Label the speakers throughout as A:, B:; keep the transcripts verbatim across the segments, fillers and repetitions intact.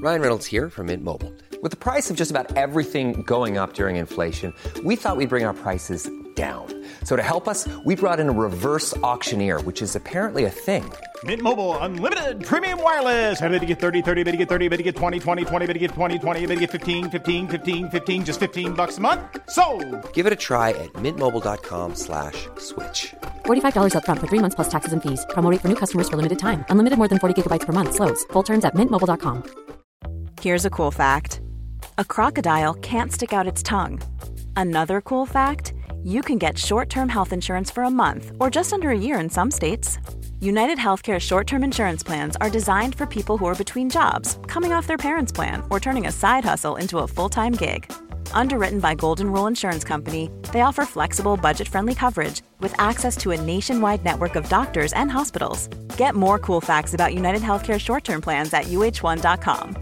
A: Ryan Reynolds here from Mint Mobile. With the price of just about everything going up during inflation, we thought we'd bring our prices down. So to help us, we brought in a reverse auctioneer, which is apparently a thing.
B: Mint Mobile Unlimited Premium Wireless. How to get thirty, thirty, how to get thirty, how to get twenty, twenty, twenty, how to get twenty, twenty, how to get fifteen, fifteen, fifteen, fifteen, just fifteen bucks a month? Sold!
A: Give it a try at mintmobile.com slash switch.
C: forty-five dollars up front for three months plus taxes and fees. Promo rate for new customers for limited time. Unlimited more than forty gigabytes per month. Slows full terms at mint mobile dot com.
D: Here's a cool fact. A crocodile can't stick out its tongue. Another cool fact, you can get short-term health insurance for a month or just under a year in some states. United Healthcare short-term insurance plans are designed for people who are between jobs, coming off their parents' plan, or turning a side hustle into a full-time gig. Underwritten by Golden Rule Insurance Company, they offer flexible, budget-friendly coverage with access to a nationwide network of doctors and hospitals. Get more cool facts about United Healthcare short-term plans at U H one dot com.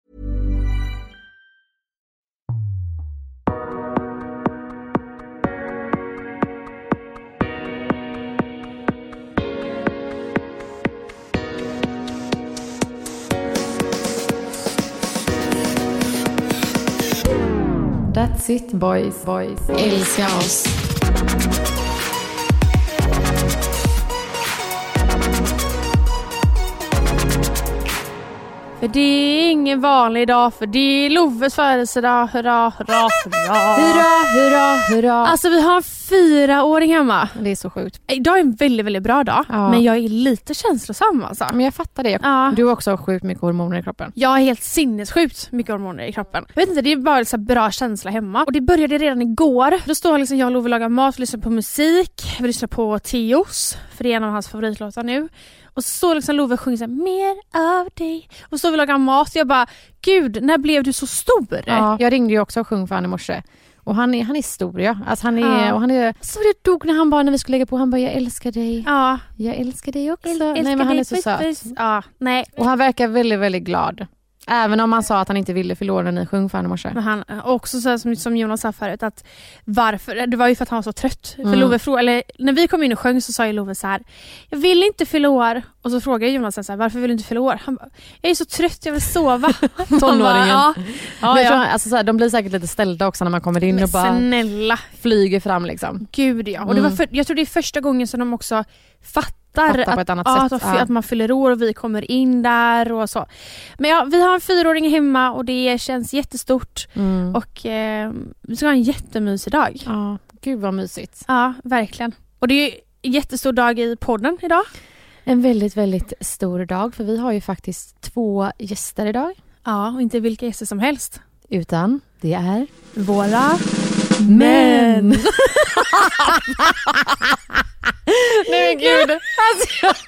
E: That's it boys, boys.
F: Älska oss.
G: För det är ingen vanlig dag, för det är Loves födelsedag. Hurra, hurra, hurra.
E: Hurra, hurra, hurra.
G: Alltså vi har en fyraåring hemma.
E: Det är så sjukt.
G: Idag är en väldigt, väldigt bra dag.
E: Ja.
G: Men jag är lite känslosam alltså.
E: Men jag fattar det.
G: Ja.
E: Du har också sjukt mycket hormoner i kroppen.
G: Jag har helt sinnessjukt mycket hormoner i kroppen. Jag vet inte, det är bara så bra känsla hemma. Och det började redan igår. Då står liksom jag och Love och lagar mat, vi lyssnar på musik. Vi lyssnar på Theos, för det är en av hans favoritlåtar nu. Och så står liksom Love och sjunger så här, mer av dig. Och så vi lagar mat och jag bara, gud, när blev du så stor?
E: Ja, jag ringde ju också och sjöng för han i morse. Och han är, han är stor, ja. Alltså han är,
G: ja.
E: och han är, så det dog när han bara, när vi skulle lägga på, han bara, jag älskar dig.
G: Ja.
E: Jag älskar dig också.
G: Äl- älskar
E: nej, men han är så
G: dig,
E: söt.
G: precis. Ja, nej.
E: Och han verkar väldigt, väldigt glad. Även om han sa att han inte ville förlora när ni sjöng för honom i morse.
G: Men han också så här, som, som Jonas sa förut, att varför, det var ju för att han var så trött.
E: Mm.
G: För Love frågade, eller när vi kom in och sjöng så sa ju Love så här, jag vill inte förlora. Och så frågade Jonas så här, varför vill du inte förlora? Han bara, jag är så trött, jag vill sova.
E: Tonåringen.
G: Bara, ja.
E: Ja, men jag tror, alltså, så här, de blir säkert lite ställda också när man kommer in
G: men
E: och bara
G: snälla.
E: flyger fram liksom.
G: Gud ja. Och det var för, jag tror det är första gången som de också fattar
E: Fattar på
G: att,
E: ett annat
G: ja,
E: sätt.
G: att,
E: Ja.
G: att man fyller år och vi kommer in där och så. Men ja, vi har en fyraåring hemma och det känns jättestort.
E: Mm.
G: Och eh, vi ska ha en jättemysig dag.
E: Ja, gud vad mysigt.
G: Ja, verkligen. Och det är ju en jättestor dag i podden idag.
E: En väldigt, väldigt stor dag, för vi har ju faktiskt två gäster idag.
G: Ja, och inte vilka gäster som helst.
E: Utan det är
G: våra
E: män. Nej men gud. Alltså.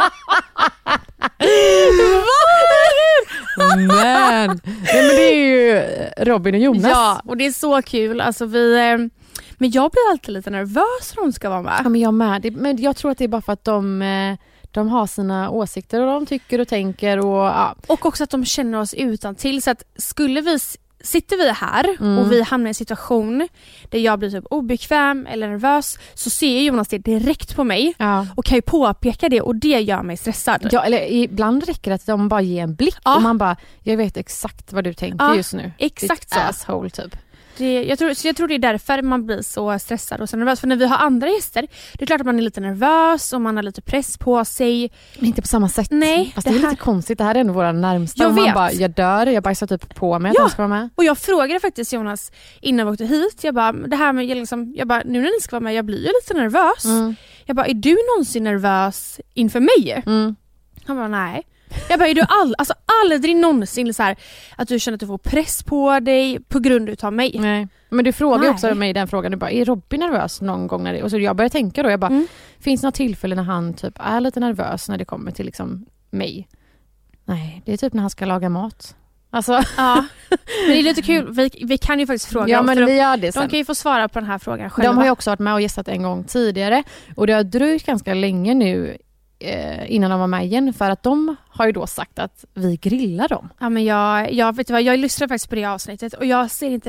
E: Men. Nej, men det är ju Robin och Jonas.
G: Ja, och det är så kul. Alltså vi... Men jag blir alltid lite nervös när de ska vara med.
E: Ja, men jag med. Det, men jag tror att det är bara för att de... De har sina åsikter och de tycker och tänker. Och, ja.
G: och också att de känner oss utan till. Så att skulle vi... Sitter vi här mm. och vi hamnar i en situation där jag blir typ obekväm eller nervös, så ser Jonas det direkt på mig
E: ja.
G: och kan ju påpeka det, och det gör mig stressad.
E: Ja, eller ibland räcker det att de bara ger en blick ja. och man bara, jag vet exakt vad du tänker ja, just nu.
G: Exakt så.
E: Asshole typ.
G: Det, jag, tror, så jag tror det är därför man blir så stressad och så nervös. För när vi har andra gäster, det är klart att man är lite nervös och man har lite press på sig.
E: Men inte på samma sätt.
G: Nej,
E: fast det, det är här... lite konstigt. Det här är ändå våra närmsta.
G: Jag
E: och man
G: vet.
E: bara, jag dör, jag bajsar typ på mig att
G: ja.
E: de ska vara med.
G: Och jag frågade faktiskt Jonas innan vi åkte hit. Jag bara, det här med, jag liksom, jag bara, nu när ni ska vara med, jag blir ju lite nervös. Mm. Jag bara, är du någonsin nervös inför mig?
E: Mm.
G: Han bara, nej. Jag bara, är du all, alltså aldrig någonsin så här, att du känner att du får press på dig på grund utav mig?
E: Nej. Men du frågar
G: nej.
E: också mig den frågan, du bara, är Robin nervös någon gång? När det, och så jag börjar tänka då, jag bara, mm. finns det något tillfälle när han typ är lite nervös när det kommer till liksom mig? Nej, det är typ när han ska laga mat. Alltså.
G: Ja, men det är lite kul. Vi, vi kan ju faktiskt fråga.
E: Ja, men
G: de,
E: vi gör det sen.
G: De kan ju få svara på den här frågan själva.
E: De har ju också varit med och gästat en gång tidigare. Och det har dröjt ganska länge nu eh, innan de var med igen. För att de har ju då sagt att vi grillar dem.
G: Ja, men jag, jag, vet vad, jag lyssnade faktiskt på det avsnittet. Och jag ser inte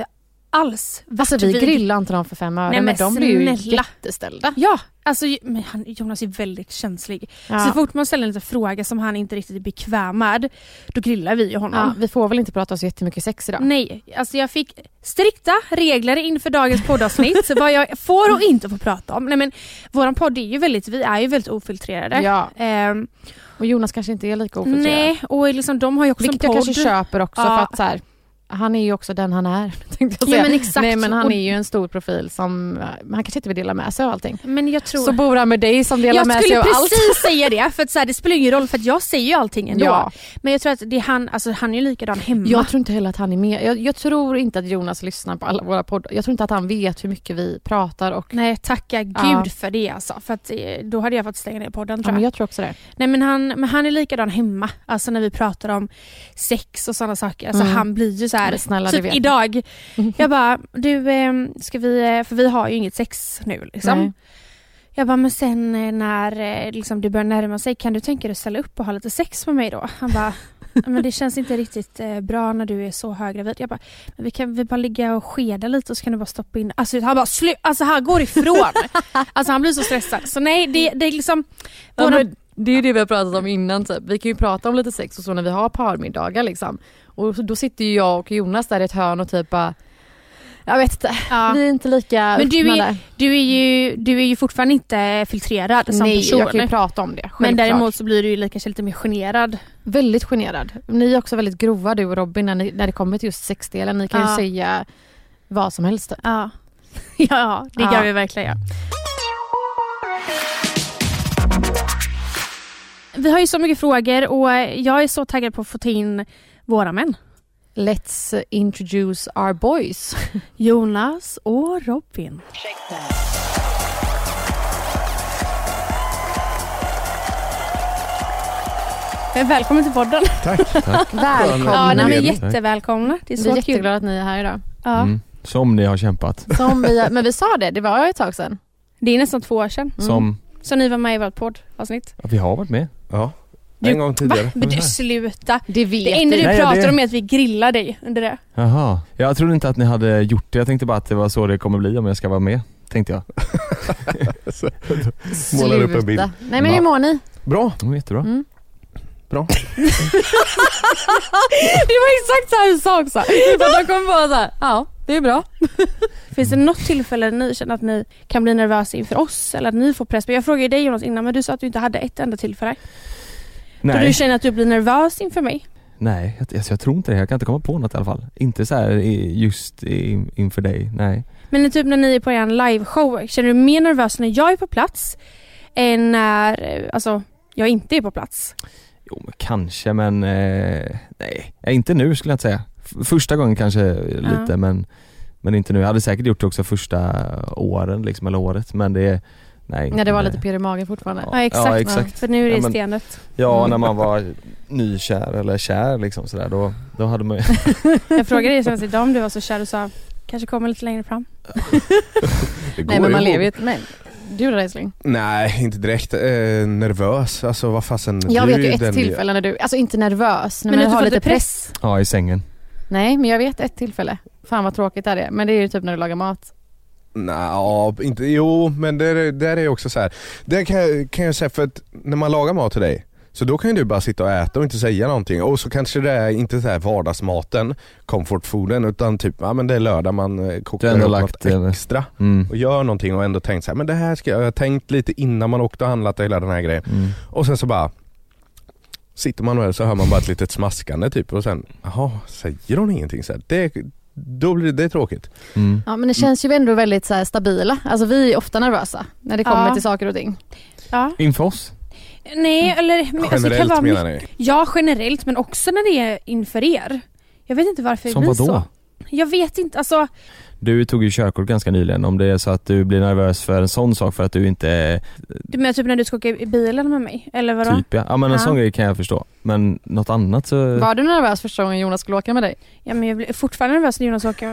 G: alls vart
E: Alltså vi grillar inte dem för fem öre,
G: Nej, men,
E: men de blir ju
G: snälla.
E: jätteställda.
G: Ja, alltså men han, Jonas är väldigt känslig.
E: Ja.
G: Så fort man ställer en liten fråga som han inte riktigt är bekväm med, då grillar vi ju honom.
E: Ja, vi får väl inte prata så jättemycket sex idag.
G: Nej, alltså jag fick strikta regler inför dagens poddavsnitt vad jag får och inte får prata om. Nej men våran podd är ju väldigt, vi är ju väldigt ofiltrerade.
E: Ja.
G: Ehm,
E: Och Jonas kanske inte är lika ofiltrerad.
G: nej, och liksom de har ju också
E: Vilket
G: en
E: jag
G: podd.
E: kanske köper också
G: Ja.
E: för att så här, han är ju också den han är, tänkte jag
G: Ja,
E: säga.
G: men exakt.
E: Nej, men han
G: Och-
E: är ju en stor profil som han kanske inte vill dela med sig av allting.
G: Men jag tror...
E: Så bor han med dig som delar
G: jag
E: med sig
G: skulle
E: av allt.
G: precis säga det, för att så här, det spelar ingen roll för att jag säger ju allting ändå.
E: Ja.
G: Men jag tror att det är han, alltså han är ju likadan hemma.
E: Jag tror inte heller att han är med. Jag, jag tror inte att Jonas lyssnar på alla våra poddar. Jag tror inte att han vet hur mycket vi pratar. Och,
G: Nej, tacka gud
E: Ja.
G: för det alltså. För att eh, då hade jag fått stänga ner podden
E: ja,
G: tror
E: men
G: jag.
E: jag tror också det.
G: Nej men han, men han är likadan hemma. Alltså när vi pratar om sex och sådana saker. Alltså
E: Mm.
G: han blir ju så här.
E: Men snälla, det
G: typ
E: vet
G: idag. Jag bara, du eh, ska vi, eh, för vi har ju inget sex nu liksom.
E: Nej.
G: Jag bara, men sen eh, när eh, liksom, du börjar närma sig, kan du tänka dig att ställa upp och ha lite sex med mig då? Han bara, men det känns inte riktigt eh, bra när du är så höggravid. Jag bara, men vi kan vi bara ligga och skeda lite och så kan du bara stoppa in. Alltså han bara, slu- alltså han går ifrån. Alltså han blir så stressad. Så nej, det, det är liksom...
E: Ja,
G: våra-
E: men det är ju det vi har pratat om innan. Typ. Vi kan ju prata om lite sex och så när vi har parmiddagar. Liksom. Och då sitter ju jag och Jonas där i ett hörn och typ bara... Jag vet inte.
G: Ja.
E: Vi är inte lika
G: Men du
E: öppna
G: är,
E: där.
G: du, är ju, du är ju fortfarande inte filtrerad som
E: Nej,
G: person.
E: jag kan ju prata om det.
G: Men
E: Självklart.
G: däremot så blir du ju lika lite mer generad.
E: Väldigt generad. Ni är också väldigt grova, du och Robin, när, ni, när det kommer till just sexdelen. Ni kan
G: Ja.
E: ju säga vad som helst. Typ.
G: Ja, ja det
E: Ja.
G: kan vi verkligen göra. Vi har ju så mycket frågor och jag är så taggad på att få ta in våra män.
E: Let's introduce our boys.
G: Jonas och Robin. Välkommen till podden.
F: Tack. Tack.
E: Välkomna.
G: Ja, nej, men
F: Tack.
G: jättevälkomna. Det är
E: Vi
G: så
E: är
G: kul.
E: jätteglada att ni är här idag.
G: Ja.
F: Mm. Som ni har kämpat.
E: Som vi, men vi sa det, det var ett tag sedan.
G: Det är nästan två år sedan.
F: Som
G: Så ni var med i vårt poddavsnitt.
F: ja, vi har varit med. Ja.
G: Du-
F: En gång tidigare.
G: Va? Men du sluta.
E: Det vet
G: Det enda du
F: Nej,
G: pratar
F: det-
G: om är att vi grillar dig under det.
F: Jaha. Jag trodde inte att ni hade gjort det. Jag tänkte bara att det var så det kommer bli om jag ska vara med. Tänkte jag.
E: Målar
F: upp en bild.
E: Nej men hur mår ni?
F: Bra. Det var jättebra.
E: Mm.
F: Bra.
E: Det var exakt så här du sa också. De kommer bara så här, ja det är bra.
G: Finns det något tillfälle där ni känner att ni kan bli nervösa inför oss? Eller att ni får press? Jag frågade dig Jonas innan, men du sa att du inte hade ett enda tillfälle. Då
F: Nej.
G: du känner att du blir nervös inför mig?
F: Nej, jag, alltså, jag tror inte det. Jag kan inte komma på något i alla fall. Inte så här i- just i, inför dig. Nej.
G: Men typ när ni är på en liveshow, känner du mer nervös när jag är på plats än när alltså, jag inte är på plats?
F: Jo, men kanske, men eh, nej, inte nu skulle jag inte säga. F- första gången kanske lite,
G: Ja.
F: men, men inte nu. Jag hade säkert gjort det också första åren, liksom, eller året, men det nej.
E: När det var
F: nej.
E: lite pirr i magen fortfarande.
G: Ja, exakt.
F: Ja, exakt.
G: För nu är det
F: Ja, men-
G: stenet.
F: Ja,
E: Mm.
F: när man var nykär eller kär liksom sådär, då, då hade man
G: Jag frågade dig senast idag om du var så kär och sa kanske kommer lite längre fram.
E: Nej men man lever ju inte. Men du då Reisling?
H: Nej, inte direkt eh, nervös. Alltså vad fasen.
E: Jag
H: du
E: vet ju
H: är
E: ett
H: den-
E: tillfälle när du, alltså inte nervös, men,
G: Men
E: när
G: att
E: du
G: du
E: har
G: får
E: lite
G: lite
E: press.
F: ja, i sängen.
E: Nej men jag vet ett tillfälle. Fan vad tråkigt det är. Men det är ju typ när du lagar mat.
H: Nej, ja, inte, jo men det där är också så här. Det kan, jag- kan jag säga, för att när man lagar mat till dig, så då kan ju du bara sitta och äta och inte säga någonting. Och så kanske det är inte så här vardagsmaten, comfortfooden, utan typ, ja men det är lördag, man eh,
F: Du
H: kokar
F: har ändå
H: upp
F: lagt,
H: något
F: eh,
H: extra
F: Mm.
H: och gör någonting och ändå tänkt så här, men det här ska jag, jag har tänkt lite innan man åkte och handlat och hela den här grejen.
F: Mm.
H: Och sen så bara sitter man och så hör man bara ett litet smaskande typ, och sen, jaha, säger hon ingenting så här? Det, då blir det, det är tråkigt.
F: Mm.
E: Ja men det känns ju ändå väldigt så här stabila. Alltså vi är ofta nervösa när det kommer
G: Ja.
E: till saker och ting.
G: Ja.
F: Inför oss?
G: Nej, eller men, alltså, det kan
H: Generellt
G: vara
H: menar
G: mycket-
H: ni?
G: Ja, generellt, men också när det är inför er. Jag vet inte varför
F: Som
G: det blir
F: vad då?
G: så. Jag vet inte, alltså
F: Du tog ju körkort ganska nyligen. Om det är så att du blir nervös för en sån sak för att du inte
G: du menar typ när du ska åka i bilen med mig, eller vadå?
F: typ ja. Ja men en
G: Ja.
F: sån grej kan jag förstå. Men något annat så...
E: Var du nervös första gången Jonas skulle åka med dig?
G: Ja, men jag blir fortfarande nervös när Jonas åker med mig.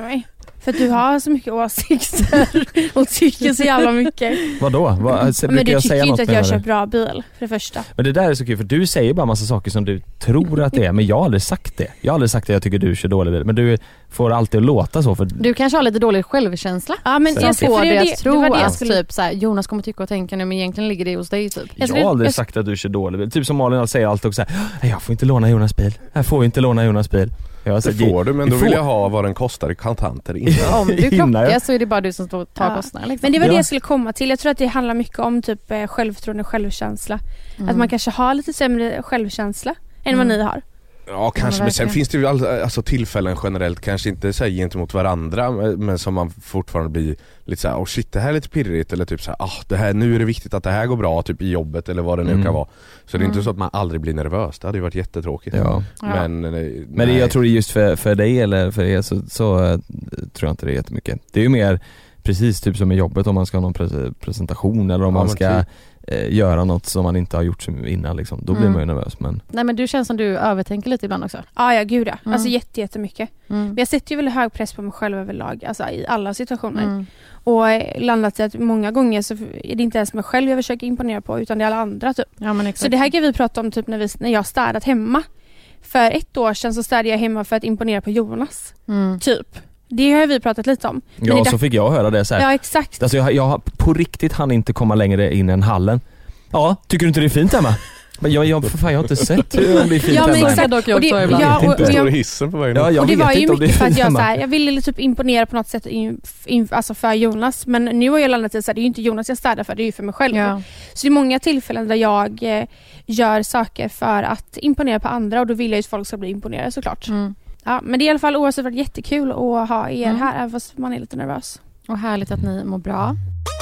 G: För att du har så mycket åsikter och tycker så jävla mycket.
F: Vadå? Vad, alltså,
G: men du
F: jag
G: tycker
F: säga
G: ju inte
F: något
G: att jag
F: med
G: kör
F: det?
G: bra bil, för det första.
F: Men det där är så kul, för du säger bara massa saker som du tror att det är, men jag har aldrig sagt det. Jag har aldrig sagt att jag tycker du kör dålig bil, men du får alltid att låta så. För...
E: Du kanske har lite dålig självkänsla.
G: Ja, men jag
E: får
G: det,
E: det att
G: det,
E: tro
G: det var det jag
E: att
G: skulle...
E: typ, så här, Jonas kommer tycka och tänka nu, men egentligen ligger det hos dig typ.
F: Jag,
G: skulle,
F: jag har aldrig
G: jag...
F: sagt att du kör dålig bil. Typ som Malin säger alltid också så här, jag får inte låna Jonas bil. Jag får inte låna Jonas bil. Jag
H: det får du, men då vill jag ha vad den kostar i kontanter innan.
E: Om du klockar så är det bara du som tar
G: ja.
E: kostnaden. Liksom.
G: Men det var det
F: ja.
G: jag skulle komma till. Jag tror att det handlar mycket om typ självförtroende, självkänsla. Mm. Att man kanske har lite sämre självkänsla än mm. vad ni har.
H: Ja, kanske, men sen finns det ju all, alltså tillfällen generellt, kanske inte så här gentemot varandra, men som man fortfarande blir lite så här, oh shit, det här är lite pirrigt, eller typ så här, ah, det här, nu är det viktigt att det här går bra typ i jobbet eller vad det nu
F: mm.
H: kan vara. Så det är
G: mm.
H: inte så att man aldrig blir nervös, det hade ju varit jättetråkigt.
F: Ja.
H: Men,
F: ja. men det, jag tror det är just för, för dig eller för er så, så uh, tror jag inte det är jättemycket. Det är ju mer precis typ som i jobbet, om man ska ha någon pre- presentation eller om ja, man ska typ. eh, göra något som man inte har gjort innan liksom. Då blir mm. man ju nervös. Men... Nej,
E: men du känns som du övertänker lite ibland också.
G: Ja, ja gud ja.
E: Mm.
G: Alltså jätte, jättemycket. Mm. Men jag sätter ju väldigt hög press på mig själv överlag, alltså i alla situationer. Mm. Och landat i att många gånger så är det inte ens mig själv jag försöker imponera på, utan det är alla andra typ.
E: Ja, men exakt.
G: Så det här kan vi prata om typ när, vi, när jag städat hemma. För ett år sedan så städade jag hemma för att imponera på Jonas. Mm. Typ. Det har vi pratat lite om. Men
F: ja,
G: det...
F: så fick jag höra det så här.
G: Ja, exakt.
F: Alltså jag, jag på riktigt hann inte komma längre in än hallen. Ja, tycker du inte det är fint hemma? Men jag, jag, för fan, jag har inte sett hur det blir fint
G: ja, men
F: hemma.
G: Exakt.
E: Och det,
G: jag ja, och, och jag,
H: hissen på vägen.
F: Ja, jag
G: och det
F: vet
G: var ju
F: inte
G: mycket för att jag,
F: hemma.
G: så här, jag ville typ imponera på något sätt in, in, alltså för Jonas. Men nu har jag landat i att det är ju inte Jonas jag städar för, det är ju för mig själv. Ja. Så det är många tillfällen där jag eh, gör saker för att imponera på andra, och då vill jag ju att folk ska bli imponerade såklart. Mm. Ja, men det är i alla fall oavsett varit jättekul att ha er mm. här, även fast man är lite nervös.
E: Och härligt att ni mår bra.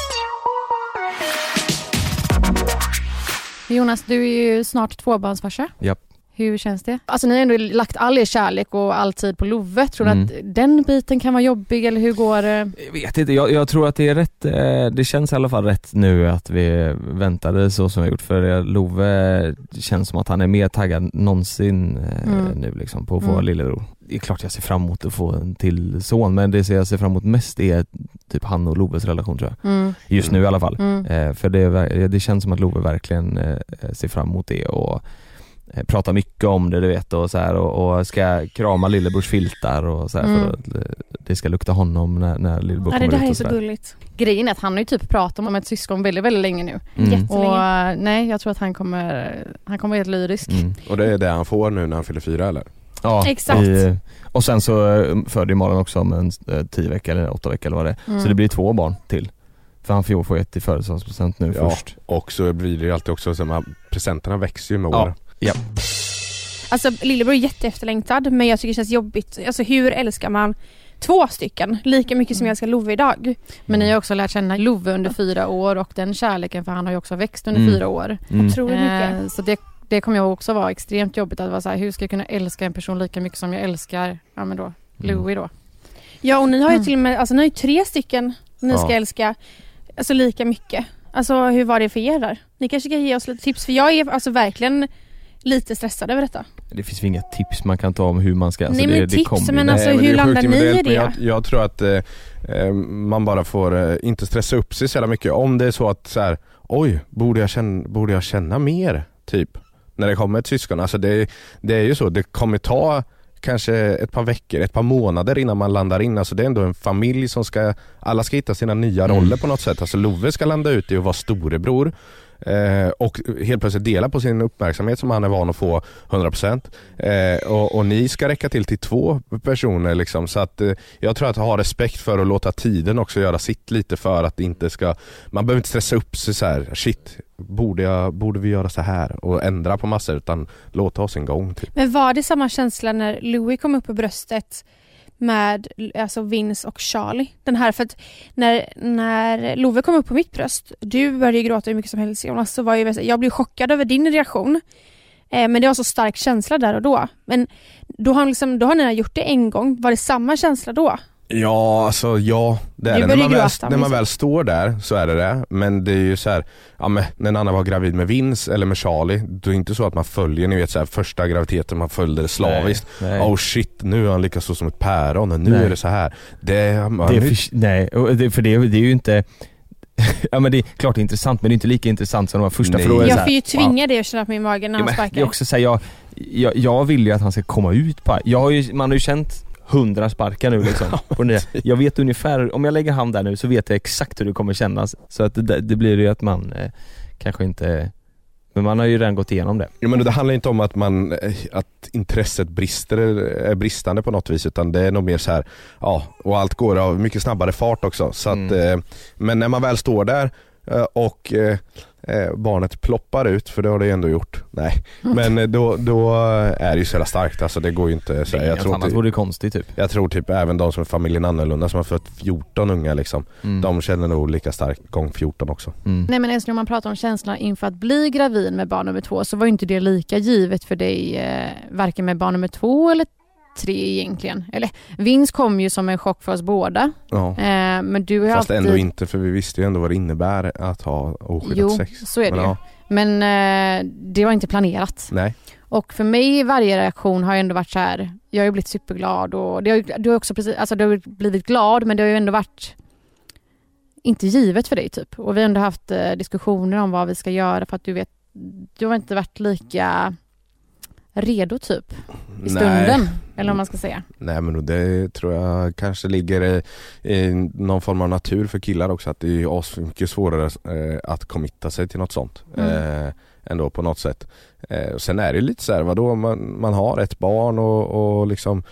E: Jonas, du är ju snart tvåbarnsfarsa.
F: Japp.
E: Hur känns det? Alltså ni har ändå lagt all er kärlek och all tid på Love. Tror du mm. att den biten kan vara jobbig, eller hur går det?
F: Jag vet inte, jag, jag tror att det är rätt, det känns i alla fall rätt nu att vi väntade så som vi gjort. För Love känns som att han är mer taggad någonsin mm. nu liksom på att få mm. lillebror. Det är klart jag ser fram emot att få en till son, men det jag ser fram emot mest är typ han och Loves relation, tror jag. Mm. Just nu i alla fall. Mm. Eh, för det, det känns som att Love verkligen eh, ser fram emot det och eh, pratar mycket om det, du vet, och så här, och, och ska krama lillebrors filtar och så här, mm. för att det ska lukta honom när, när lillebror
G: ja,
F: kommer ut.
G: Det där
F: och
G: är
F: så
G: så
F: där.
G: Gulligt.
E: Grejen är att han har ju typ pratat om ett syskon väldigt, väldigt länge nu.
G: Mm. Jättelänge.
E: Och nej, jag tror att han kommer han kommer helt lyrisk. Mm.
H: Och det är det han får nu när han fyller fyra, eller?
F: Ja,
G: exakt.
F: I, och sen så födde Malin också om en eh, tio veckor eller åtta veckor eller vad det är. Mm. Så det blir två barn till. För han får få ett i födelsedagspresent nu
H: ja,
F: först. Och
H: så blir det ju alltid också så att presenterna växer ju med år.
F: Ja.
G: Alltså lillebror är jätteefterlängtad, men jag tycker det känns jobbigt. Alltså hur älskar man två stycken lika mycket som jag älskar Love idag?
E: Men ni har också lärt känna Love under fyra år, och den kärleken, för han har ju också växt under mm. fyra år.
F: Mm.
G: Otroligt mycket.
E: Eh, så det Det kommer jag också vara extremt jobbigt att vara så här, hur ska jag kunna älska en person lika mycket som jag älskar, ja men då, Louie då.
G: Ja, och ni har ju mm. till och med, alltså ni har ju tre stycken ni
F: ja.
G: ska älska, alltså lika mycket. Alltså hur var det för er där? Ni kanske kan ge oss lite tips, för jag är alltså verkligen lite stressad över detta.
F: Det finns ju inga tips man kan ta om hur man ska...
G: Nej,
F: alltså,
G: men
F: det,
G: tips,
F: det
G: men alltså
H: Nej, men
G: hur landar ni i det?
H: Jag, jag tror att eh, man bara får eh, inte stressa upp sig så jävla mycket. Om det är så att så här, oj, borde jag känna, borde jag känna mer, typ, när det kommer ett syskon. Alltså det, det är ju så, det kommer ta kanske ett par veckor, ett par månader innan man landar in. Alltså det är ändå en familj som ska, alla ska hitta sina nya roller mm. på något sätt. Alltså Love ska landa ut i att vara storebror eh, och helt plötsligt dela på sin uppmärksamhet som han är van att få hundra procent. Eh, och, och ni ska räcka till till två personer liksom. Så att eh, jag tror att ha respekt för att låta tiden också göra sitt lite, för att det inte ska, man behöver inte stressa upp sig så här, shit, borde, jag, borde vi göra så här och ändra på massor, utan låta oss en gång typ.
G: Men var det samma känsla när Louie kom upp på bröstet med alltså Vince och Charlie? Den här, för att när, när Love kom upp på mitt bröst, du började ju gråta hur mycket som helst, Jonas, så var ju, jag blev chockad över din reaktion. Eh, men det var så stark känsla där och då. Men då har, liksom, då har ni gjort det en gång. Var det samma känsla då?
H: Ja, alltså ja, det är
G: Du
H: det. När
G: börjar
H: man, väl,
G: gråta,
H: när man
G: liksom.
H: väl står där så är det det. Men det är ju så här, ja, men när Anna var gravid med Vince eller med Charlie, då är det inte så att man följer, ni vet så här, första graviditeten man följde det slaviskt.
F: Nej, nej.
H: Oh shit, nu är han lika så som ett päron och nu
F: Nej.
H: är det så här. Det, man,
F: Det är
H: nu,
F: för, nej, och det, för det, det är ju inte ja men det är klart det är intressant, men det är inte lika intressant som de här första.
H: Nej.
F: För då är det så
G: Jag
F: här,
G: får ju tvinga
F: wow.
G: dig att känna på min mage när
F: Ja,
G: han
F: men
G: sparkar.
F: det är också så här, jag, jag, jag vill ju att han ska komma ut på. Jag har ju, man har ju känt hundra sparkar nu liksom. På det. Jag vet ungefär, om jag lägger hand där nu så vet jag exakt hur det kommer kännas. Så att det, det blir ju att man eh, kanske inte, men man har ju redan gått igenom det.
H: ja, men det handlar inte om att man att intresset brister är bristande på något vis, utan det är nog mer så här, ja, och allt går av mycket snabbare fart också. Så att,
F: Mm.
H: eh, men när man väl står där eh, och eh, eh, barnet ploppar ut, för det har det ändå gjort. Nej, men eh, då, då är det ju så jävla starkt. Alltså det går ju inte så här, jag tror
F: annat
H: inte,
F: vore det konstigt typ.
H: jag tror typ även de som är familjen annorlunda som har fått fjorton unga liksom,
F: Mm.
H: de känner nog lika starkt gång fjorton också.
F: Mm.
E: Nej men älskling, om man pratar om känslan inför att bli gravid med barn nummer två, så var ju inte det lika givet för dig eh, varken med barn nummer två eller tre egentligen. Eller Vince kom ju som en chock för oss båda.
H: Ja.
E: Eh, men du har
H: Fast
E: alltid...
H: ändå inte, för vi visste ju ändå vad det innebär att ha oskyddat
E: Jo,
H: sex.
E: så är det
H: Men
E: ju.
H: ja,
E: Men eh, det var inte planerat.
H: nej.
E: Och för mig varje reaktion har ju ändå varit så här, jag har ju blivit superglad och det har, ju- du har också precis, alltså du har blivit glad, men det har ju ändå varit inte givet för dig typ. Och vi har ändå haft eh, diskussioner om vad vi ska göra för att du vet, du har inte varit lika redo typ i stunden,
H: Nej.
E: eller om man ska säga.
H: Nej, men det tror jag kanske ligger i, i någon form av natur för killar också, att det är as- mycket svårare eh, att committa sig till något sånt
E: Mm.
H: eh, ändå på något sätt. Eh, och sen är det lite så här, vadå, man, man har ett barn och, och liksom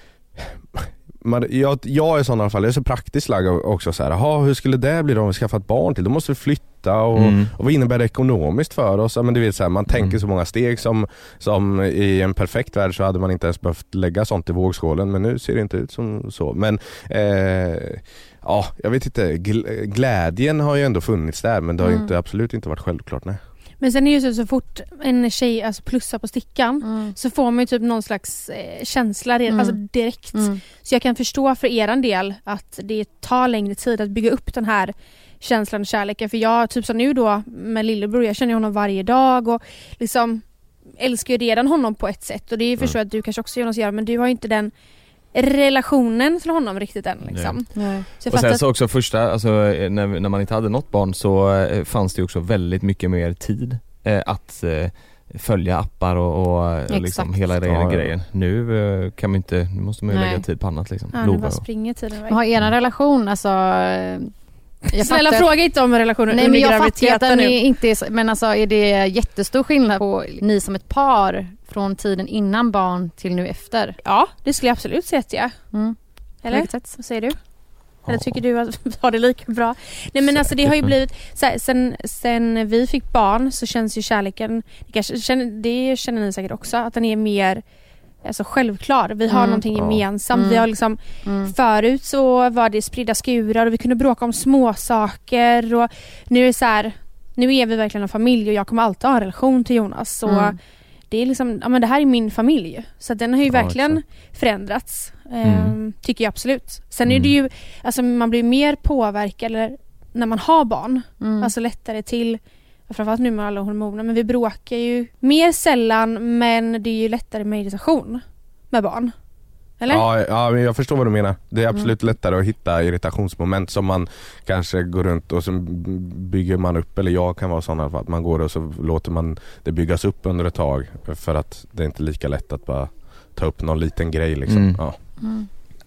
H: man, jag, jag är i sådana fall, jag är så praktiskt lagd också så här, aha, hur skulle det bli då om vi skaffar ett barn till? Då måste vi flytta och,
F: Mm.
H: och vad innebär det ekonomiskt för oss? Ja, men du vet, så här, man tänker
F: Mm.
H: så många steg som, som i en perfekt värld så hade man inte ens behövt lägga sånt i vågskålen, men nu ser det inte ut som så. Men eh, ja, jag vet inte, Gl- glädjen har ju ändå funnits där, men det har ju
E: Mm.
H: inte, absolut inte varit självklart, nej.
G: Men sen är det ju så, så fort en tjej alltså plussar på stickan
E: Mm.
G: så får man ju typ någon slags eh, känsla redan,
E: Mm.
G: alltså direkt.
E: Mm.
G: Så jag kan förstå för er del att det tar längre tid att bygga upp den här känslan och kärleken. För jag, typ som nu då med lillebror, jag känner honom varje dag och liksom älskar ju redan honom på ett sätt. Och det är ju förstå att du kanske också Jonas gör, men du har inte den relationen till honom riktigt än liksom.
E: Nej.
G: Så jag
F: Och
G: fattar
F: sen
G: att,
F: så också första, alltså när, när man inte hade något barn så eh, fanns det ju också väldigt mycket mer tid eh, att eh, följa appar och, och eh, liksom
E: Exakt.
F: hela den
H: Ja, ja.
F: grejen. Nu eh, kan man inte, nu måste man ju
E: Nej.
F: lägga tid på annat liksom.
G: ja, nu
F: Lova
G: bara
F: och-
G: springer tiden iväg.
E: Men har er relation, alltså... eh, Jag
G: Snälla
E: fattar-
G: fråga inte om relationen
E: Nej,
G: under
E: men jag fattar ju att
G: graviditeten
E: den
G: nu.
E: är inte är, så- men alltså är det jättestor skillnad på ni som ett par från tiden innan barn till nu efter?
G: Ja, det skulle jag absolut säga att jag.
E: Mm.
G: Eller?
E: På vilket sätt?
G: Vad säger du? Eller
H: Ja.
G: tycker du att vi har det lika bra? Nej men alltså det har ju blivit så här, sen, sen vi fick barn så känns ju kärleken, det, kanske, känner, det känner ni säkert också, att den är mer alltså, självklar. Vi har
E: Mm.
G: någonting
H: Ja.
G: gemensamt.
E: Mm.
G: Vi har liksom,
E: Mm.
G: förut så var det spridda skurar och vi kunde bråka om små saker och nu är det så här, nu är vi verkligen en familj och jag kommer alltid ha en relation till Jonas. Så
E: Mm.
G: det är liksom, ja men det här är min familj. Så att den har ju
H: Ja,
G: verkligen förändrats.
F: Mm.
G: Ehm, tycker jag absolut. Sen är det ju, alltså man blir mer påverkad eller, när man har barn.
E: Mm.
G: Alltså lättare till, framförallt nu med alla hormoner. Men vi bråkar ju mer sällan, men det är ju lättare med irritation med barn. Eller?
H: Ja, ja, men jag förstår vad du menar. Det är absolut lättare att hitta irritationsmoment som man kanske går runt och så bygger man upp, eller jag kan vara sån i alla fall, att man går och så låter man det byggas upp under ett tag för att det är inte lika lätt att bara ta upp någon liten grej liksom.
F: Mm.
H: Ja.
E: Mm.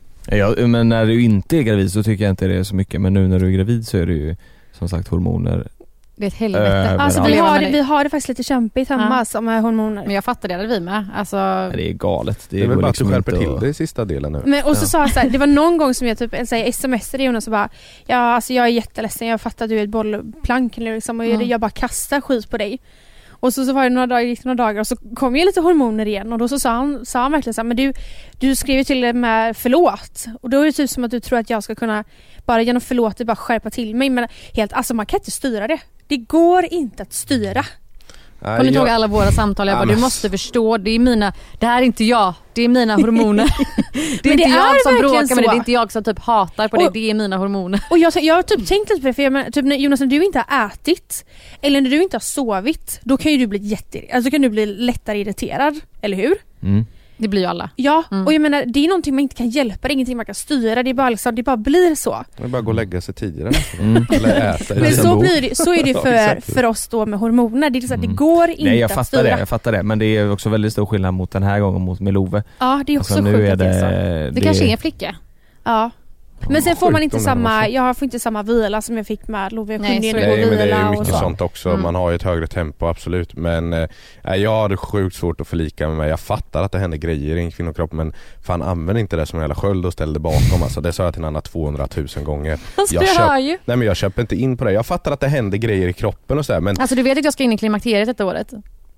F: Ja, men när du inte är gravid så tycker jag inte det är så mycket, men nu när du är gravid så är det ju som sagt hormoner.
E: Det är ett helvete.
F: Överallt.
G: Alltså
E: att
G: vi
E: leva
G: har,
E: med
G: det,
E: dig.
G: vi har det faktiskt lite kämpigt hemma
E: Ja.
G: alltså, med hormoner.
E: Men jag fattar det, hade vi med. Alltså,
F: Det är galet.
H: Det är väl
F: går
H: bara
F: liksom
H: att du skärper
F: inte
H: till
F: att-
H: det i sista delen nu.
G: Men, och så
F: Ja.
G: sa jag så här, det var någon gång som jag typ så här, smsade Jonas och bara, ja alltså jag är jätteledsen, jag fattar att du är ett bollplank liksom, och
E: Mm.
G: jag bara kastar skit på dig. Och så, så var det några dagar, gick det några dagar och så kom ju lite hormoner igen och då så sa han, sa han verkligen så här, men du, du skrev ju till och med förlåt. Och då är det typ som att du tror att jag ska kunna bara genom förlåt bara skärpa till mig. Men helt, alltså man kan inte styra det. Det går inte att styra.
E: Kommer ni ihåg alla våra samtal? Jag bara, du måste förstå, det är mina, det här är inte jag, det är mina hormoner. Det är inte
G: det
E: jag
G: är
E: som bråkar
G: så.
E: med det, det är inte jag som typ hatar på
G: och,
E: det, det är mina hormoner.
G: Och jag, jag har typ tänkt lite på det, för jag menar, typ när, Jonas, när du inte har ätit eller när du inte har sovit, då kan ju du bli jätte, alltså kan du bli lättare irriterad, eller hur?
F: Mm.
E: Det blir ju alla.
G: Ja, mm. och jag menar, det är någonting man inte kan hjälpa, det är ingenting man kan styra, det är bara liksom, det bara blir så.
H: Det är bara att gå och lägga sig tidigare. Mm. Eller äta.
G: Men så blir det, så är det för, för oss då med hormoner. Det är så att det går inte
F: Nej, jag
G: att
F: fattar
G: styra.
F: det, jag fattar det. Men det är också väldigt stor skillnad mot den här gången mot med Love.
G: Ja, det är också
F: alltså,
G: sjukt
F: nu är
G: att det är så.
F: det,
E: Det kanske är en flicka.
G: Ja. Men sen får man inte
H: Sjukt om det var
G: samma,
H: så.
G: jag får inte samma vila som jag fick med Love. Jag
E: Nej,
G: kunde ju
E: så
G: inte
E: är
G: gå
H: Nej, men det är
G: vila
H: ju
G: och
H: mycket
G: så.
H: sånt också.
E: Mm.
H: Man har ju ett högre tempo, absolut. Men eh, jag hade sjukt svårt att förlika med mig. Jag fattar att det händer grejer i en kvinnokropp, men fan, använd inte det som en jävla sköld och ställ det bakom. Alltså, det sa jag till en annan tvåhundratusen gånger.
E: Alltså,
H: jag,
E: du
H: köp,
E: hör ju.
H: nej, men jag köper inte in på det. Jag fattar att det händer grejer i kroppen och så där, men
E: Alltså du vet att jag ska in i klimakteriet detta året.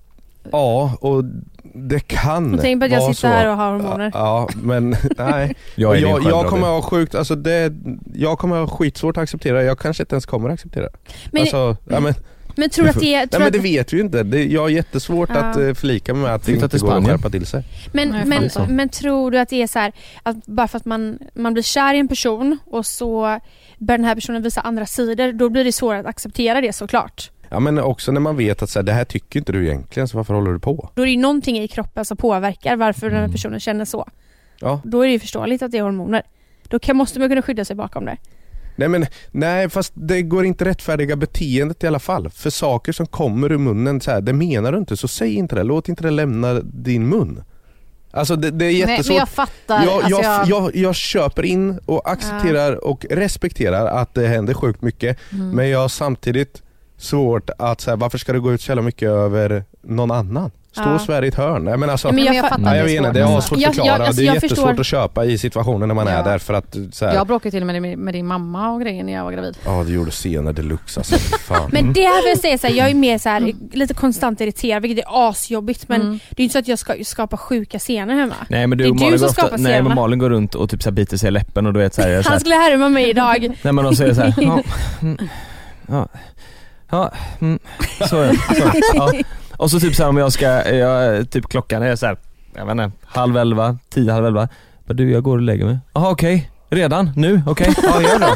H: ja, och det kan
G: Och tänk på att jag
H: vara
G: sitter
H: så.
G: här och har hormoner.
H: Ja, men nej.
F: Jag
H: Och
F: är din
H: jag,
F: sköld,
H: jag kommer
F: Robin.
H: ha sjukt, alltså det, jag kommer ha skitsvårt att acceptera. Jag kanske inte ens kommer att acceptera.
G: Men,
H: Alltså, ja, men,
G: men tror du att det är...
H: nej,
G: Tror
H: men
G: att,
H: det vet vi ju inte. Det, jag har jättesvårt
G: Ja.
H: att uh, förlika med att det
F: Flytta
H: inte
F: till
H: går att
F: Spanien.
H: skärpa till sig.
G: men,
E: Nej,
G: men,
E: fan så.
G: men tror du att det är så här, att bara för att man, man blir kär i en person och så börjar den här personen visa andra sidor, då blir det svårare att acceptera det, såklart.
H: Ja, men också när man vet att så här, det här tycker inte du egentligen, så varför håller du på?
G: Då är det ju någonting i kroppen som påverkar varför den här personen känner så.
H: Ja.
G: Då är det ju förståeligt att det är hormoner. Då kan, måste man kunna skydda sig bakom det.
H: Nej, men nej, fast det går inte rättfärdiga beteendet i alla fall. För saker som kommer ur munnen, så här, det menar du inte, så säg inte det. Låt inte det lämna din mun. Alltså det, det är
E: Nej,
H: jättesvårt.
E: men jag fattar.
H: Jag,
E: alltså,
H: jag,
E: jag...
H: jag, jag köper in och accepterar och respekterar att det händer sjukt mycket.
E: Mm.
H: Men jag har samtidigt svårt att säga, varför ska det gå ut så jävla mycket över någon annan? Stå
G: Ja.
H: och svär i ett hörn. Nej, men alltså,
G: Ja, men
E: jag,
G: jag
E: jag fattar.
H: nej, jag
E: det är
H: vet inte,
E: svårt.
H: det är
E: Alltså.
H: svårt att
G: Jag- jag-
H: förklara.
G: alltså,
H: det är
G: jag
H: jättesvårt
G: förstår.
H: att köpa i situationer när man
E: Ja.
H: är där, för att så här,
E: Jag bråkade till och med med, med din mamma och grejen när jag var gravid.
H: ja, det gjorde scener deluxe alltså. Fan.
G: Men det här vill jag säga så här, jag är mer så här, lite konstant irriterad, vilket är asjobbigt, men
E: Mm.
G: det är inte så att jag ska skapa sjuka scener hemma.
F: Nej, men du,
G: Det är du
F: Malin
G: som
F: går ofta,
G: skapar
F: nej,
G: scenerna.
F: men Malin går runt och typ så här biter sig i läppen och du vet så här, jag är så
G: Han
F: här
G: skulle härma mig idag.
F: nej, men de säger så här, ja, mm, ja, ja, mm, så är det, så är det. Ja. Och så typ så här, om jag ska, jag, typ klockan är så här, jag vet inte, halv elva, tio, halv elva. Men du, jag går och lägger mig. Jaha, okej. Okay. Redan? Nu? Okej, okay. Ja, gör det.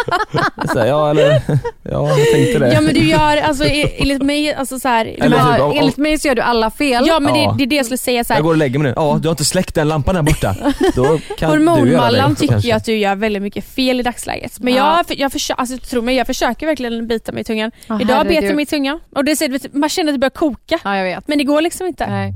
F: Så här, ja, eller, ja, jag tänkte det.
G: Ja, men du gör, alltså enligt mig, alltså så här,
F: Eller
G: ja,
F: typ, om-
E: Enligt mig så gör du alla fel.
G: ja, men
F: Ja.
G: det, det är det jag skulle säga så
F: Jag
G: här.
F: går och lägger mig nu. Ja, du har inte släckt den lampan där borta. Då kan du göra
G: Hormonmallan
F: det.
G: tycker
F: kanske.
G: jag att du gör väldigt mycket fel i dagsläget. Men
E: Ja.
G: jag, jag, försöker, alltså, tro mig, jag försöker verkligen bita mig i tungan.
E: Åh,
G: Idag bet
E: herregud.
G: jag mig i tungan. Och det ser, man känner att det börjar koka.
E: Ja, jag vet.
G: Men det går liksom inte.
E: Nej.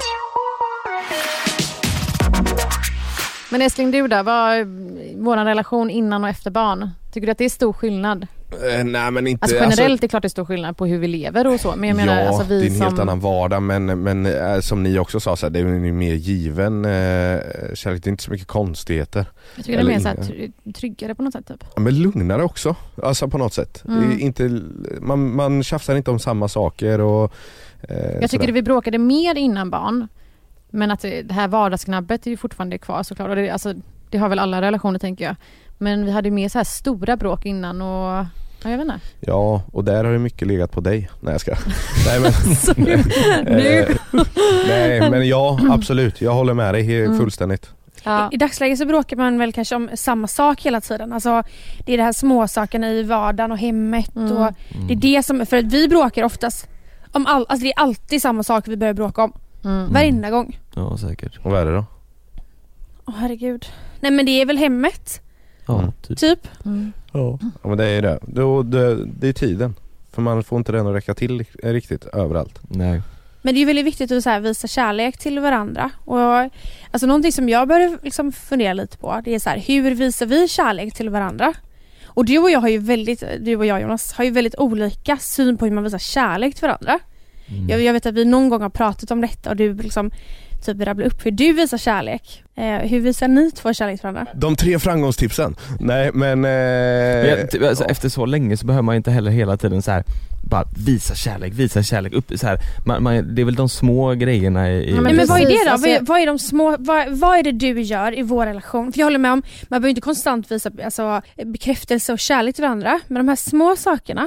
E: Men älskling, du där, vad vår relation innan och efter barn? Tycker du att det är stor skillnad?
H: Eh, nej, men inte,
E: Alltså generellt är det klart det är stor skillnad på hur vi lever och så. Men jag menar,
H: ja,
E: alltså vi
H: det är en
E: som...
H: helt annan vardag, men, men äh, som ni också sa, så här, det är ju mer given äh, kärlek, det är inte så mycket konstigheter.
E: Jag tycker det är mer
H: eller
E: så här,
H: inga.
E: try- tryggare på något sätt typ.
H: Ja, men lugnare också, alltså på något sätt.
E: Mm.
H: Det är inte, man, man tjafsar inte om samma saker och äh,
E: Jag tycker att vi bråkade mer innan barn. Men att det här vardagsknabbet är ju fortfarande kvar såklart. Och det, alltså, det har väl alla relationer tänker jag. Men vi hade mer så här stora bråk innan och... Ja, jag vet inte.
H: Ja, och där har det mycket legat på dig. Nej, jag ska. Nej, men,
E: Nu.
H: Eh, nej, men ja, absolut. Jag håller med dig he- fullständigt.
E: Ja.
G: I dagsläget så bråkar man väl kanske om samma sak hela tiden. Alltså, det är det här småsakerna i vardagen och hemmet.
E: Mm.
G: Och det är det som, för att vi bråkar oftast om all, alltså det är alltid samma sak vi börjar bråka om.
E: Mm.
G: Varenda gång.
F: Ja, säkert.
H: Och vad är det då?
G: Åh herregud. Nej, men det är väl hemmet,
F: Ja,
H: Mm.
F: typ.
G: typ.
E: Mm.
H: Ja, men det är det. Det, det. det är tiden. För man får inte den att räcka till riktigt överallt.
F: Nej.
G: Men det är ju väldigt viktigt att så här, visa kärlek till varandra. Och alltså någonting som jag börjar liksom fundera lite på, det är så här, hur visar vi kärlek till varandra? Och du och jag har ju väldigt, du och jag Jonas, har ju väldigt olika syn på hur man visar kärlek till varandra.
F: Mm.
G: Jag, jag vet att vi någon gång har pratat om detta och du liksom typ rabblar upp hur du visar kärlek. Eh, hur visar ni två kärlek till varandra?
H: De tre framgångstipsen. Nej, men... Eh,
F: Men jag, typ, alltså, efter så länge så behöver man inte heller hela tiden så här bara visa kärlek, visa kärlek upp så här. Man, man, det är väl de små grejerna i, i
E: Ja,
G: Men, men vad är det
E: precis,
G: då?
E: alltså,
G: vad, är,
E: jag-
G: vad är de små, vad, vad är det du gör i vår relation? För jag håller med om, man behöver inte konstant visa alltså, bekräftelse och kärlek till varandra. Men de här små sakerna,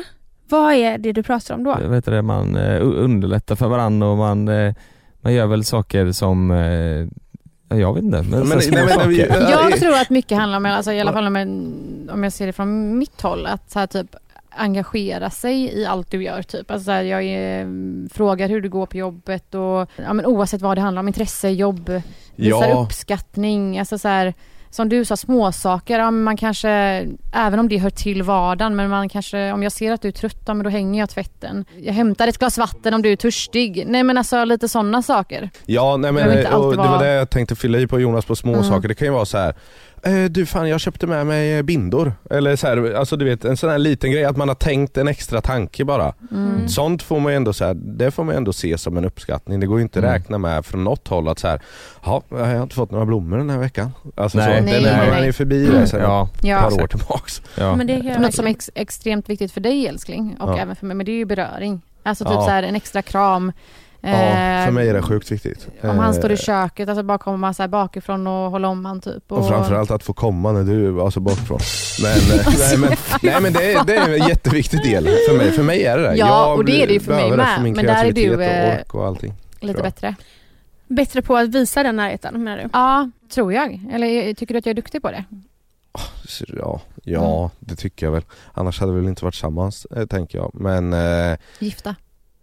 G: Vad är det du pratar om då?
F: Jag vet det, man eh, underlättar för varandra och man, eh, man gör väl saker som eh, jag vet inte, men, men,
H: men, nej, men vi,
E: jag tror att mycket handlar om, alltså, i alla fall om, en, om jag ser det från mitt håll, att så här, typ engagera sig i allt du gör typ. Alltså, så här, jag är, frågar hur det går på jobbet och ja, men oavsett vad det handlar om, intresse, jobb, visar
H: Ja.
E: uppskattning, alltså så här, som du sa, små saker. Ja, man kanske, även om det hör till vardagen, men man kanske, om jag ser att du är trött, ja, men då hänger jag tvätten. Jag hämtar ett glas vatten om du är törstig. Nej, men alltså lite sådana saker.
H: Ja, nej, men,
E: Det behöver inte
H: och
E: alltid
H: det var
E: vara-
H: det jag tänkte fylla i på Jonas på små
E: Mm.
H: saker. Det kan ju vara så här. Eh, du fan, jag köpte med mig bindor. Eller så här, alltså du vet, en sån här liten grej, att man har tänkt en extra tanke bara.
E: Mm.
H: Sånt får man ju ändå så här, det får man ändå se som en uppskattning. Det går ju inte att
F: Mm.
H: räkna med från något håll att så här, ja, jag har inte fått några blommor den här veckan. Alltså
F: Nej.
H: så,
E: Nej,
H: det
E: nej,
H: lämnar man
E: nej.
H: ju förbi det sen
F: Ja,
H: ett
E: Ja,
H: par år tillbaks.
F: ja.
G: Men det kan jag
E: något som är
G: verkligen-
E: ex- extremt viktigt för dig, älskling, och
H: Ja.
E: även för mig, men det är ju beröring. Alltså typ
H: Ja.
E: så här, en extra kram.
H: Ja,
E: Eh,
H: för mig är det sjukt viktigt.
E: Om han står i
H: Eh,
E: köket, alltså bara kommer man så här bakifrån och håller om han typ.
H: Och framförallt att få komma när du alltså bakifrån. Men, eh, nej, men, nej men det är, det är en jätteviktig del för mig. För mig är det det.
E: Ja,
H: Jag
E: och det är det ju för mig
H: behöver det
E: med.
H: för min
E: Men där är du,
H: kreativitet och
E: eh,
H: ork och allting.
E: lite
H: tror jag.
E: bättre.
G: Bättre på att visa den närheten, menar du?
E: Ja, tror jag. Eller jag- tycker du att jag är duktig på det?
H: Så, Ja, ja
E: Mm.
H: det tycker jag väl. Annars hade vi väl inte varit tillsammans, eh, tänker jag. Men eh,
E: Gifta.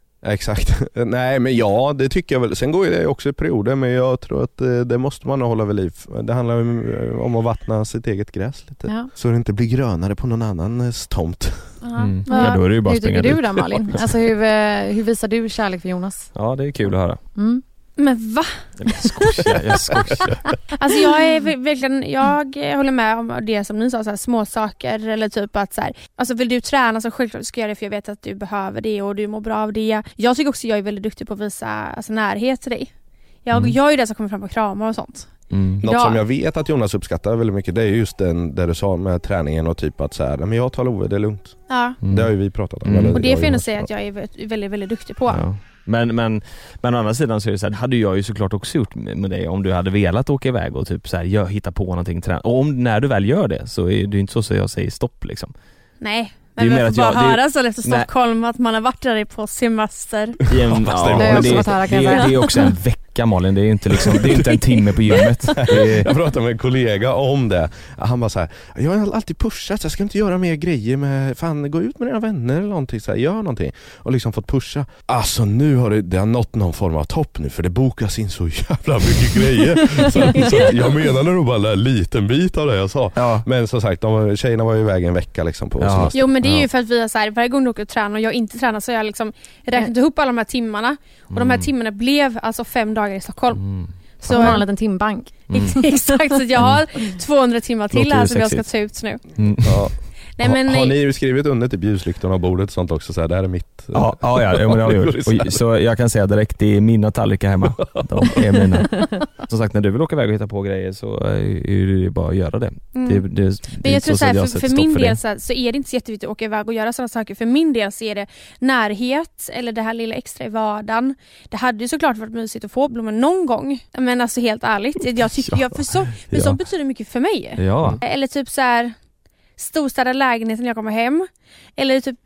H: exakt. Nej men ja, det tycker jag väl. Sen går ju det också i perioder, men jag tror att eh, det måste man hålla vid liv. Det handlar ju eh, om att vattna sitt eget gräs lite.
E: Ja.
H: Så det inte blir grönare på någon annans tomt.
F: Mm.
E: Ja.
F: Ja, då är det ju bara
E: Hur
F: att springa
E: tycker du
F: dit.
E: då, Malin? Alltså hur, eh, hur visar du kärlek för Jonas?
F: Ja, det är kul att höra.
E: Mm.
G: Men va?
F: Jag skojar, jag skojar.
G: Alltså jag är ver- verkligen, jag håller med om det som ni sa, så här, små saker eller typ att så här, alltså vill du träna så självklart ska jag göra det, för jag vet att du behöver det och du mår bra av det. Jag tycker också jag är väldigt duktig på att visa alltså, närhet till dig. Jag,
F: Mm.
G: jag är ju den som kommer fram på kramar och sånt.
F: Mm.
H: Något
G: Ja.
H: som jag vet att Jonas uppskattar väldigt mycket, det är just den där du sa med träningen och typ att så här, men jag tar Love, det är lugnt.
G: Ja.
F: Mm.
H: Det har ju vi pratat om.
F: Mm.
H: eller
G: Och det
H: jag
G: får jag ändå
H: Jonas.
G: säga att jag är väldigt, väldigt, väldigt duktig på.
F: Ja. Men, men, men å andra sidan så är det så här, hade jag ju såklart också gjort med, med dig om du hade velat åka iväg och typ så här, gör, hitta på någonting, träna. Och om, när du väl gör det så är det ju inte så att jag säger stopp liksom.
G: Nej,
F: Det är
G: men
F: ju mer
G: man får
F: att
G: bara
F: jag- det är-
G: höra så efter
F: Nej.
G: Stockholm att man har varit där på semester.
F: I en,
H: fast det
F: ja,
H: var-
E: Det har jag
F: men
E: också
F: det,
E: fått höra, kan
F: det,
E: jag säga.
F: det är också en vecka, Malin, det är ju inte, liksom, det är inte en timme på gymmet. Det är,
H: Jag pratade med en kollega om det. Han bara så här, jag har alltid pushat, jag ska inte göra mer grejer med, fan gå ut med dina vänner eller någonting, så här, gör någonting. Och liksom fått pusha. Alltså nu har det, det har nått någon form av topp nu, för det bokas in så jävla mycket grejer. Så, så jag menade nog bara en liten bit av det jag sa.
F: ja.
H: Men som sagt, de, tjejerna var ju iväg en vecka liksom på
F: Ja.
H: semester.
G: Jo, men det är ju
F: Ja.
G: för att vi har så här, varje gång du åker och tränar och jag inte tränar så har jag liksom räknat ihop alla de här timmarna. Och de här timmarna blev alltså fem dagar i Stockholm.
F: Mm.
E: Så man har en liten timbank.
F: Mm.
G: Exakt, så jag har tvåhundra timmar till
F: Låter
G: här
F: ju
G: som jag ska
F: sexigt.
G: ta ut nu.
F: Mm.
H: Ja.
G: Nej, men,
H: har, har ni skrivit under till ljuslyktorna och bordet och sånt också? Så här, det här är mitt.
F: Ja, ja, ja, men det har vi gjort. Och, så jag kan säga direkt, det är mina tallrikar hemma. De är mina. Som sagt, när du vill åka iväg och hitta på grejer så är det ju bara att göra det.
G: Mm.
F: det, det, det
G: Men
F: är
G: jag tror
F: så
G: så här,
F: att jag
G: för,
F: sätter
G: för
F: stopp
G: min
F: för
G: del
F: det.
G: så, här, så är det inte så jätteviktigt att åka iväg och göra sådana saker. För min del så är det närhet eller det här lilla extra i vardagen. Det hade ju såklart varit mysigt att få blommor någon gång. Men alltså helt ärligt, jag tycker,
F: Ja.
G: jag, för så, för
F: Ja.
G: sånt betyder mycket för mig.
F: Ja.
G: Eller typ så här storstäda lägenheten när jag kommer hem. Eller typ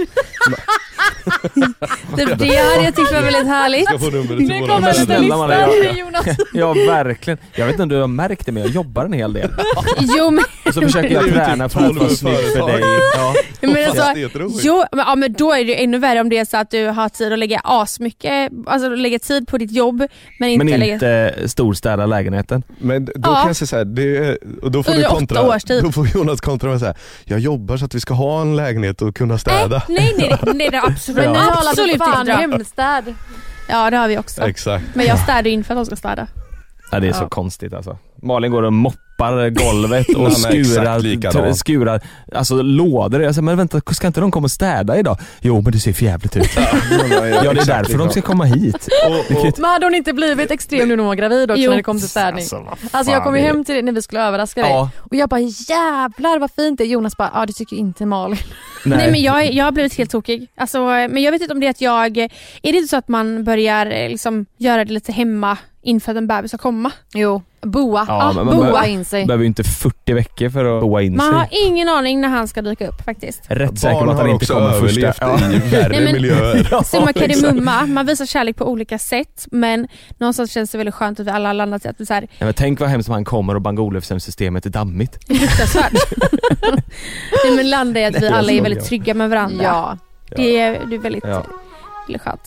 G: typ det hade jag tyckt var väldigt härligt.
H: Ska få numret till
E: Nu
H: våra
E: kommer
H: vänner.
E: en
F: Snälla,
E: lista
F: man, jag-
E: med Jonas.
F: Ja, verkligen. Jag vet inte om du har märkt det, men jag jobbar en hel del.
G: Jo men,
F: Och så försöker jag
H: Det är ju
F: träna
H: typ
F: för att vara
H: tolv
F: snygg för
H: företag.
F: dig. Ja.
G: men
H: Fast
G: alltså,
H: det är jätteroligt.
G: jo, men, ja, men då är det ju ännu värre om det är så att du har tid att lägga asmycket, alltså lägga tid på ditt jobb men inte,
F: Men
G: lägga...
F: inte storstäda lägenheten.
H: Men då
G: Ja.
H: kan jag säga så här, det är, och då får
G: Under
H: du
G: åtta
H: kontra,
G: års tid.
H: då får Jonas kontra med så här, jag jobbar så att vi ska ha en lägenhet och kunna städa.
G: Nej, nej, nej, nej det är absolut,
F: Ja.
E: Men nu håller
G: absolut
E: du fan
G: inte bra.
E: hemstäd.
G: Ja, det har vi också.
H: Exakt.
G: Men jag städar in för att de ska städa.
F: Ja, det är så
G: Ja.
F: konstigt alltså. Malin går och moppar golvet
H: Han är
F: och
H: exakt
F: skurar,
H: likadan.
F: t- skurar alltså lådor. Jag säger, men vänta, ska inte de komma och städa idag? Jo, men det ser för jävligt ut. Ja, det är därför de ska komma hit.
H: Och, och,
E: Men hade hon inte blivit extrem nu när hon var gravid också
G: Jo.
E: när det kom till städning?
F: Alltså, vad fan
E: Alltså jag kom ju
F: är-
E: hem till dig när vi skulle överraska dig.
F: Ja,
E: Och jag bara jävlar vad fint det är. Jonas bara, ja det tycker inte Malin.
F: nej.
G: Nej, men jag, är- jag har blivit helt tokig. Alltså, men jag vet inte om det är att jag... Är det inte så att man börjar eh, liksom, göra det lite hemma inför att en bebis ska komma?
E: Jo. Boa,
F: Ja,
E: ah,
F: men man
E: boa
F: behöver-
E: in sig.
F: Behöver ju inte fyrtio veckor för att boa in
G: Man
F: sig.
G: har ingen aning när han ska dyka upp faktiskt.
F: Rätt säker på
H: Barn
F: att han
H: har
F: inte
H: också
F: kommer första.
H: överlevt
F: Ja.
H: i värre
G: Nej, men-
H: miljöer.
F: Ja,
G: Summa
F: exakt.
G: kardemumma, man visar kärlek på olika sätt, men någonstans känns det väldigt skönt att vi alla har landat i att vi så här,
F: Nej, men tänk vad hemskt om han kommer och Bang Olufsen-systemet är dammigt.
G: det är fruktansvärt. Nej, men landa i att vi
F: Nej, jag
G: alla är
F: skojar.
G: väldigt trygga med varandra.
E: Ja.
G: Det är, det är väldigt,
F: Ja.
G: väldigt skönt.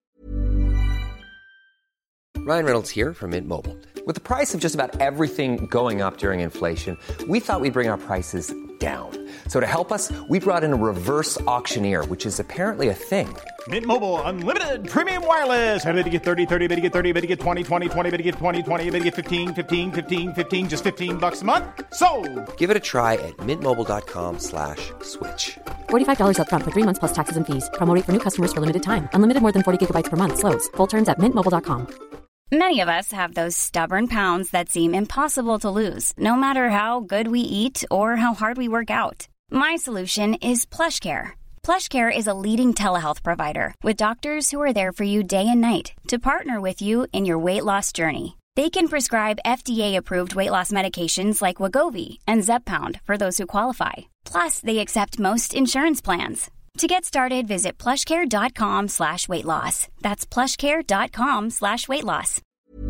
A: Ryan Reynolds here from Mint Mobile. With the price of just about everything going up during inflation, we thought we'd bring our prices down. So to help us, we brought in a reverse auctioneer, which is apparently a thing.
B: Mint Mobile Unlimited Premium Wireless. Ready to get thirty, thirty, bit to get thirty, bit to get twenty, twenty, twenty, bit to get twenty, twenty, bit to get fifteen, fifteen, fifteen, fifteen, just fifteen bucks a month? Sold!
A: Give it a try at mintmobile.com slash switch.
C: forty-five dollars up front for three months plus taxes and fees. Promo rate for new customers for limited time. Unlimited more than forty gigabytes per month. Slows full terms at mint mobile dot com.
I: Many of us have those stubborn pounds that seem impossible to lose, no matter how good we eat or how hard we work out. My solution is PlushCare. PlushCare is a leading telehealth provider with doctors who are there for you day and night to partner with you in your weight loss journey. They can prescribe F D A-approved weight loss medications like Wegovy and Zepbound for those who qualify. Plus, they accept most insurance plans. To get started, visit plushcare.com slash weight loss. That's plushcare.com slash weight loss.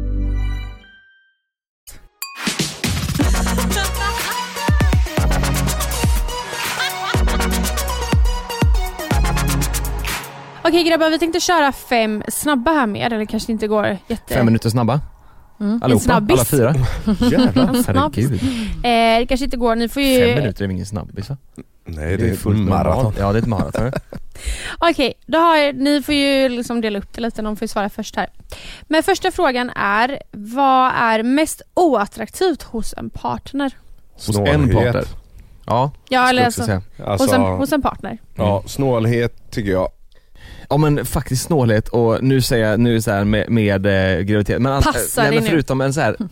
G: Okej grabbar, vi tänkte köra fem snabba här med, eller kanske inte går jätte...
F: Fem minuter snabba.
G: En
F: Allihopa,
G: snabbis.
F: alla fyra. Jävlar, herregud.
G: Eh, det kanske inte går, ni får ju...
F: Fem minuter är ingen snabbis va?
H: Nej, det är fullt maraton.
F: Ja, det är ett maraton.
G: Okej, då har jag, ni får ju liksom dela upp det lite, någon får ju svara först här. Men första frågan är, vad är mest oattraktivt hos en partner?
F: Hos en partner. Ja,
G: Ja, eller
F: också
G: alltså,
F: säga.
H: Alltså,
G: hos, en, hos en partner.
H: ja, snålhet tycker jag.
F: Ja men faktiskt snålhet och nu säger jag nu så här med, med eh, graviditet. Men,
G: Passar
F: nej,
G: dig
F: men
G: nu.
F: förutom en så här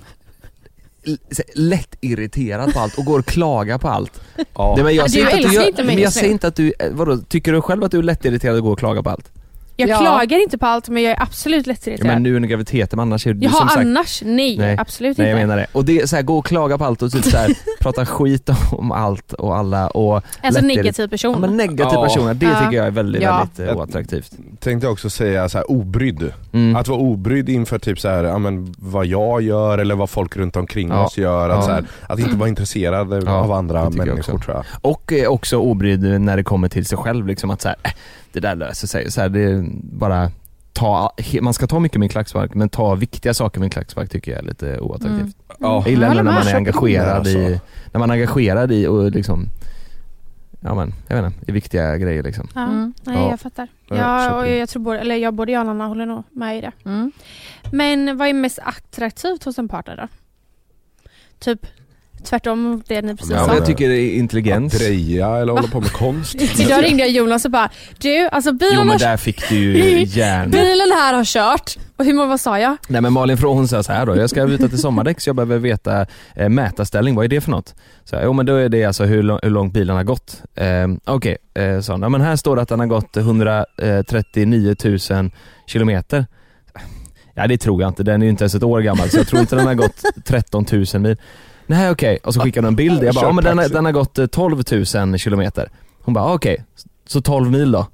F: l- så här, lätt irriterad på allt och går och klagar på allt.
H: Ja.
F: Nej, men jag
G: Du
F: säger inte att du
G: älskar
F: gör,
G: inte mig
F: men jag
G: just nu.
F: säger inte att du, eh, vadå, tycker du själv att du är lätt irriterad och går och klagar på allt?
G: Jag
E: Ja.
G: klagar inte på allt, men jag är absolut
F: Ja,
G: lättirriterad.
F: men nu under graviditeten, men annars är du
G: Jaha,
F: som sagt.
G: annars? Nej,
F: Nej.
G: absolut
F: Nej
G: inte.
F: jag menar det. Och det är så här, gå och klaga på allt och typ så här, prata skit om allt och alla och
G: Alltså
F: lätt irrit-
G: negativ person.
F: Ja men negativa
H: Ja.
F: personer, det
G: Ja.
F: tycker jag är väldigt,
E: Ja.
F: väldigt eh, oattraktivt.
H: Tänkte jag också säga så här, obrydd.
F: Mm.
H: Att vara obrydd inför typ så här, ja, men vad jag gör eller vad folk runt omkring
F: Ja.
H: oss gör. Att,
F: Ja.
H: så här, att inte vara intresserad
F: Ja,
H: av andra
F: det tycker jag
H: människor
F: också.
H: tror jag.
F: Och eh, också obrydd när det kommer till sig själv liksom att så här, äh, det där löser sig. Så här, det är bara ta, man ska ta mycket med en klackspark, men ta viktiga saker med en klackspark tycker jag är lite oattraktivt.
G: Mm.
H: Ja.
F: Jag gillar
G: Jag håller
F: när
G: med,
F: man är
G: köper
F: engagerad
H: det,
F: i,
H: alltså.
F: när man är engagerad i och liksom, ja men, jag vet inte, i viktiga grejer liksom.
G: Ja,
E: Mm.
G: nej
F: Ja.
G: jag fattar.
H: Ja,
G: Ja,
H: köper
G: och
H: in.
G: jag tror både, eller jag både jag och Anna håller nog med i det.
E: Mm.
G: Men vad är mest attraktivt hos en partner då? Typ tvärtom mot det ni precis
H: Ja,
F: Ja,
G: sa.
F: men jag tycker det är
H: Att
F: intelligens.
H: dreja eller hålla på med konst.
G: Idag ringde jag Jonas och bara, du alltså
F: Jo
G: bilen,
F: men
G: har,
F: där fick du ju järn.
G: bilen här har kört. Och hur många, vad sa jag?
F: Nej men Malin från hon sa så här då, jag ska byta till sommardäck så jag behöver veta eh, mätarställning, vad är det för något? Så här, jo men då är det alltså hur, lång, hur långt bilen har gått. Eh, Okej, okay, eh, så ja, men här står det att den har gått hundratrettionio tusen kilometer. Ja det tror jag inte, den är ju inte ens ett år gammal så jag tror inte den har gått tretton tusen mil. Nej okej, okay. Och så skickar de en bild, jag bara, ja men den, har- den har gått eh, tolv tusen kilometer. Hon bara, okej, okay. Så tolv mil då?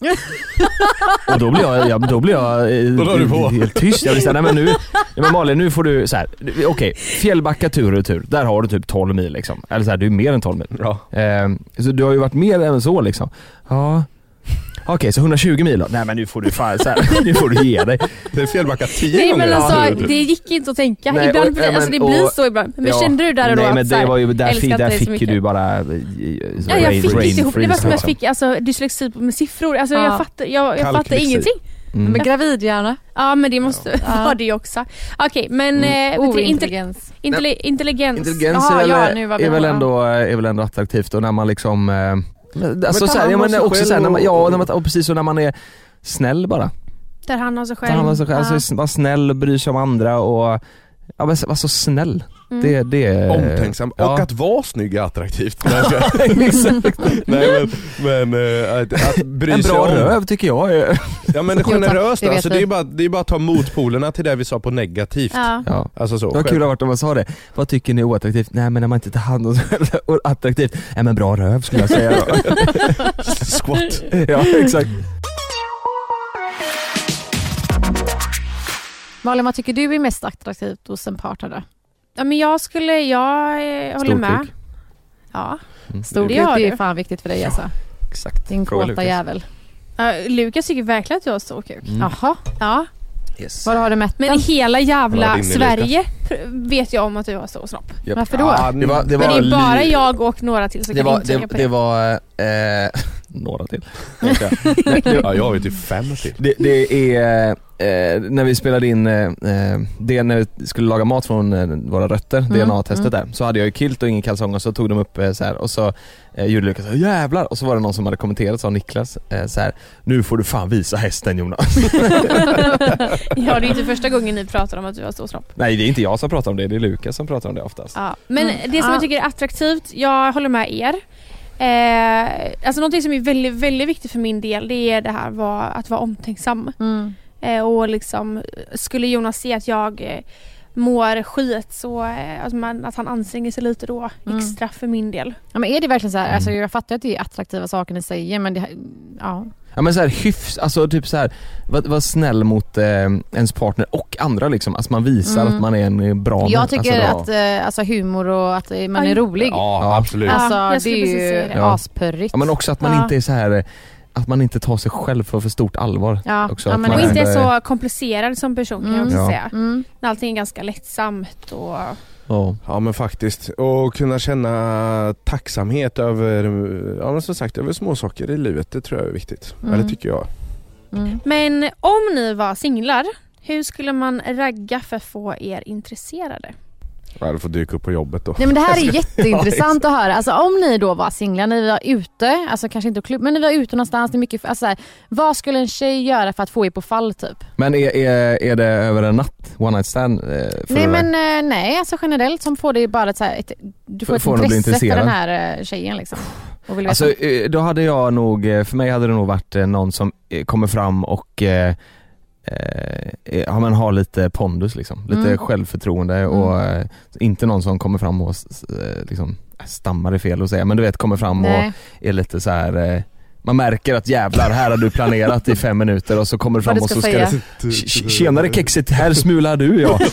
F: Och då blir jag, ja, då blir jag eh,
H: Då drar du på.
F: helt tyst. Jag vill säga, nej men nu, nej, men Malin nu får du så här. Okej, okay, Fjällbacka tur och tur. Där har du typ tolv mil liksom. Eller så här, du är mer än tolv mil.
H: Ja.
F: Eh, så du har ju varit mer än så liksom. Ja. Okej, okay, så hundratjugo mil då? Nej men nu får du fan så här, nu får du ge dig.
H: Det är Fjällbacka tio
G: Nej
H: gånger.
G: men
H: Ja,
G: alltså
H: du-
G: det gick inte att tänka.
F: Nej,
G: ibland,
F: och- ja, men-
G: alltså det blir
F: och-
G: så ibland. Men
F: ja.
G: kände du där och då
F: Nej men
G: att så
F: det
G: här,
F: var ju, där,
G: älskar
F: fick,
G: inte
F: där
G: dig så
F: fick ju
G: mycket?
F: du bara eh,
G: Ja, jag
F: brain-
G: fick
F: brain
G: inte ihop, det var
F: freeze,
G: som jag
F: liksom.
G: fick alltså, dyslexi med siffror. Alltså
E: Ja.
G: jag fattar, jag, jag fattar
H: Kalklyxi.
G: ingenting.
F: Mm.
E: Men gravidhjärna.
G: Ja men det måste
E: Ja.
G: vara det också. Okej men
F: Mm.
G: eh, vet du, inte,
E: Ointelligens.
G: intelli, intelligens.
F: Intelligens
E: Jaha,
F: är,
E: ja,
F: väl,
E: nu var vi
F: är, väl
E: på-
F: ändå, är väl ändå attraktivt och när man liksom eh, men, alltså,
H: ta
F: så här,
H: hand
F: ja,
H: om
F: men
H: sig
F: också
H: själv
F: så här, när man,
H: och-
F: ja, när man, och precis så när man är snäll bara.
G: Där han har sig
F: Ta
G: själv.
F: hand om sig själv,
G: Ja.
F: alltså, vara snäll och bryr sig om andra och ja men var så snäll.
G: Mm.
F: Det, det är...
H: Omtänksam.
F: Ja.
H: Och att vara snygg är attraktivt. Nej men, men äh, att, att bry
F: en
H: sig
F: bra
H: om.
F: röv tycker jag är...
H: Ja men generöst,
E: det vet
H: alltså,
E: vi.
H: det är bara det är bara att ta motpolerna till det vi sa på negativt.
G: Ja.
F: Ja.
H: Alltså så.
F: Det var kul att vart om man sa det. Vad tycker ni är oattraktivt? Nej men när man inte tar hand om sig och attraktivt. Nej men bra röv skulle jag säga då.
H: Squat.
F: Ja exakt.
E: Malin, vad tycker du är mest attraktivt hos en partner då?
G: Ja, men jag skulle, jag eh, håller med.
F: Storkuk.
G: Ja.
F: Mm.
E: Storkuk,
G: Det har
E: det är
G: du.
E: fan viktigt för dig alltså.
F: Exakt.
E: Din
F: Fråga
E: kåta
F: Lukas.
E: jävel.
G: Uh, Lukas tycker verkligen att jag har stor kuk.
F: Mm.
E: Jaha,
G: Ja.
F: Yes.
E: var har du mätt
G: Men
E: den?
G: hela
H: Ja,
G: jävla
H: din är
G: Sverige pr- vet jag om att du har stor snopp.
F: Japp.
E: Varför då?
H: Ja,
F: Det var, det var
G: Men det är bara
F: li-
G: jag och några till som
F: Det
G: kan
F: var,
G: intyga
F: det,
G: på
F: det
G: det.
F: var eh, några till. Nej, det,
H: ja, jag vet ju fem till.
F: det, det är eh, när vi spelade in eh, det när vi skulle laga mat från eh, våra rötter,
E: Mm,
F: D N A-testet
E: mm.
F: där. Så hade jag ju kilt och ingen kalsonger, så tog de upp eh, så här och så eh, gjorde Lukas så här, jävlar, och så var det någon som hade kommenterat, sa Niklas eh, så här: nu får du fan visa hästen Jonas.
G: Ja, det är inte första gången ni pratar om att du har stor snopp.
F: Nej, det är inte jag som pratar om det, det är Lukas som pratar om det oftast.
G: Ja. Men
E: Mm.
G: det som
E: Ja.
G: jag tycker är attraktivt, jag håller med er. Eh, alltså någonting som är väldigt, väldigt viktigt för min del, det är det här var, att vara omtänksam.
E: Mm.
G: Eh, och liksom, skulle Jonas se att jag eh, mår skit, så eh, att, man, att han anstränger sig lite då
E: Mm.
G: extra för min del.
E: Ja, men är det verkligen så här?
F: Mm.
E: Alltså, jag fattar att det är attraktiva saker ni säger, men det, ja.
F: Ja men så här hyfs, alltså typ så här var, var snäll mot eh, ens partner och andra liksom, alltså man visar
E: Mm.
F: att man är en bra
E: Jag tycker
F: alltså,
E: att eh, alltså, humor och att eh, man är
G: Aj.
E: rolig.
H: Ja,
F: Ja.
H: absolut.
E: Alltså
G: Ja, jag
E: det
G: skulle
E: är
G: precis
E: ju
G: säga det.
F: Ja.
E: aspörrigt.
F: Ja men också att man
G: Ja.
F: inte är så här, att man inte tar sig själv för för stort allvar.
E: Ja,
F: Också
E: ja,
F: att
E: men
F: man
G: Och inte är
F: ändå
G: så komplicerad som person, kan jag
E: Mm.
G: också
F: Ja.
G: säga.
E: Mm.
G: När allting är ganska lättsamt och...
F: Ja.
H: Ja men faktiskt, och kunna känna tacksamhet över, ja men som sagt, över små saker i livet, det tror jag är viktigt.
E: Mm.
H: Eller tycker jag.
E: Mm.
G: Men om ni var singlar, hur skulle man ragga för att få er intresserade?
H: Jag hade fått dyka upp på jobbet då.
E: Nej, men det här är jätteintressant att höra. Alltså, om ni då var singlar, ni var ute, alltså kanske inte klubb, men ni var ute någonstans, det är mycket, alltså, så här, vad skulle en tjej göra för att få er på fall typ?
F: Men är, är, är det över en natt, one night stand? Eh, för
E: Nej
F: att-
E: men eh, nej, alltså generellt som får det bara ett, så här, ett, du får
F: Får-
E: ett
F: får den att bli
E: intresse för
F: intresserad.
E: den här eh, tjejen liksom. Och vill veta.
F: Alltså eh, då hade jag nog, eh, för mig hade det nog varit eh, någon som eh, kommer fram och eh, eh, ja, men har lite pondus liksom, lite
E: Mm.
F: självförtroende och eh, inte någon som kommer fram och s- eh, liksom, stammar är fel att säga, men du vet kommer fram
E: Nej.
F: och är lite så här. Eh, man märker att jävlar, här har du planerat i fem minuter och så kommer du fram
E: Vad
F: och
E: du
F: så
E: ska
F: ska
E: säga.
F: du "Tj- Tjenare kexet, här smular du ja."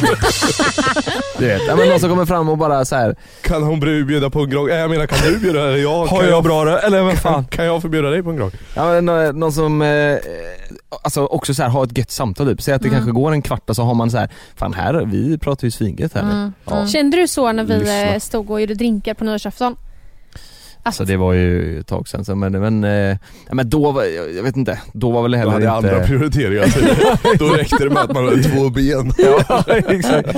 F: Du vet, ja, men någon som kommer fram och bara så här.
H: Kan hon bjuda på en grogg? Äh, jag menar, kan du bjuda eller jag?
F: Har
H: Kan
F: jag bra det? Eller vad
H: Kan,
F: fan?
H: kan jag förbjuda dig på en grogg?
F: Ja, men, nå- någon som eh, alltså också så här har ett gött samtal typ. Säg att det
E: Mm.
F: kanske går en kvart och så har man så här, fan här, vi pratar ju svingött här nu.
E: Mm.
F: Ja.
E: Mm.
G: Kände du så när vi
H: Lyssna.
G: eh, stod och gjorde drinkar på nyårsafton?
F: Alltså det var ju ett tag sedan så, men, men, eh, ja, men då var, jag jag vet inte, då var väl
H: Då
F: heller
H: hade jag
F: inte...
H: andra prioriteringar. Så då räckte det med att man hade två ben.
F: Ja, exakt.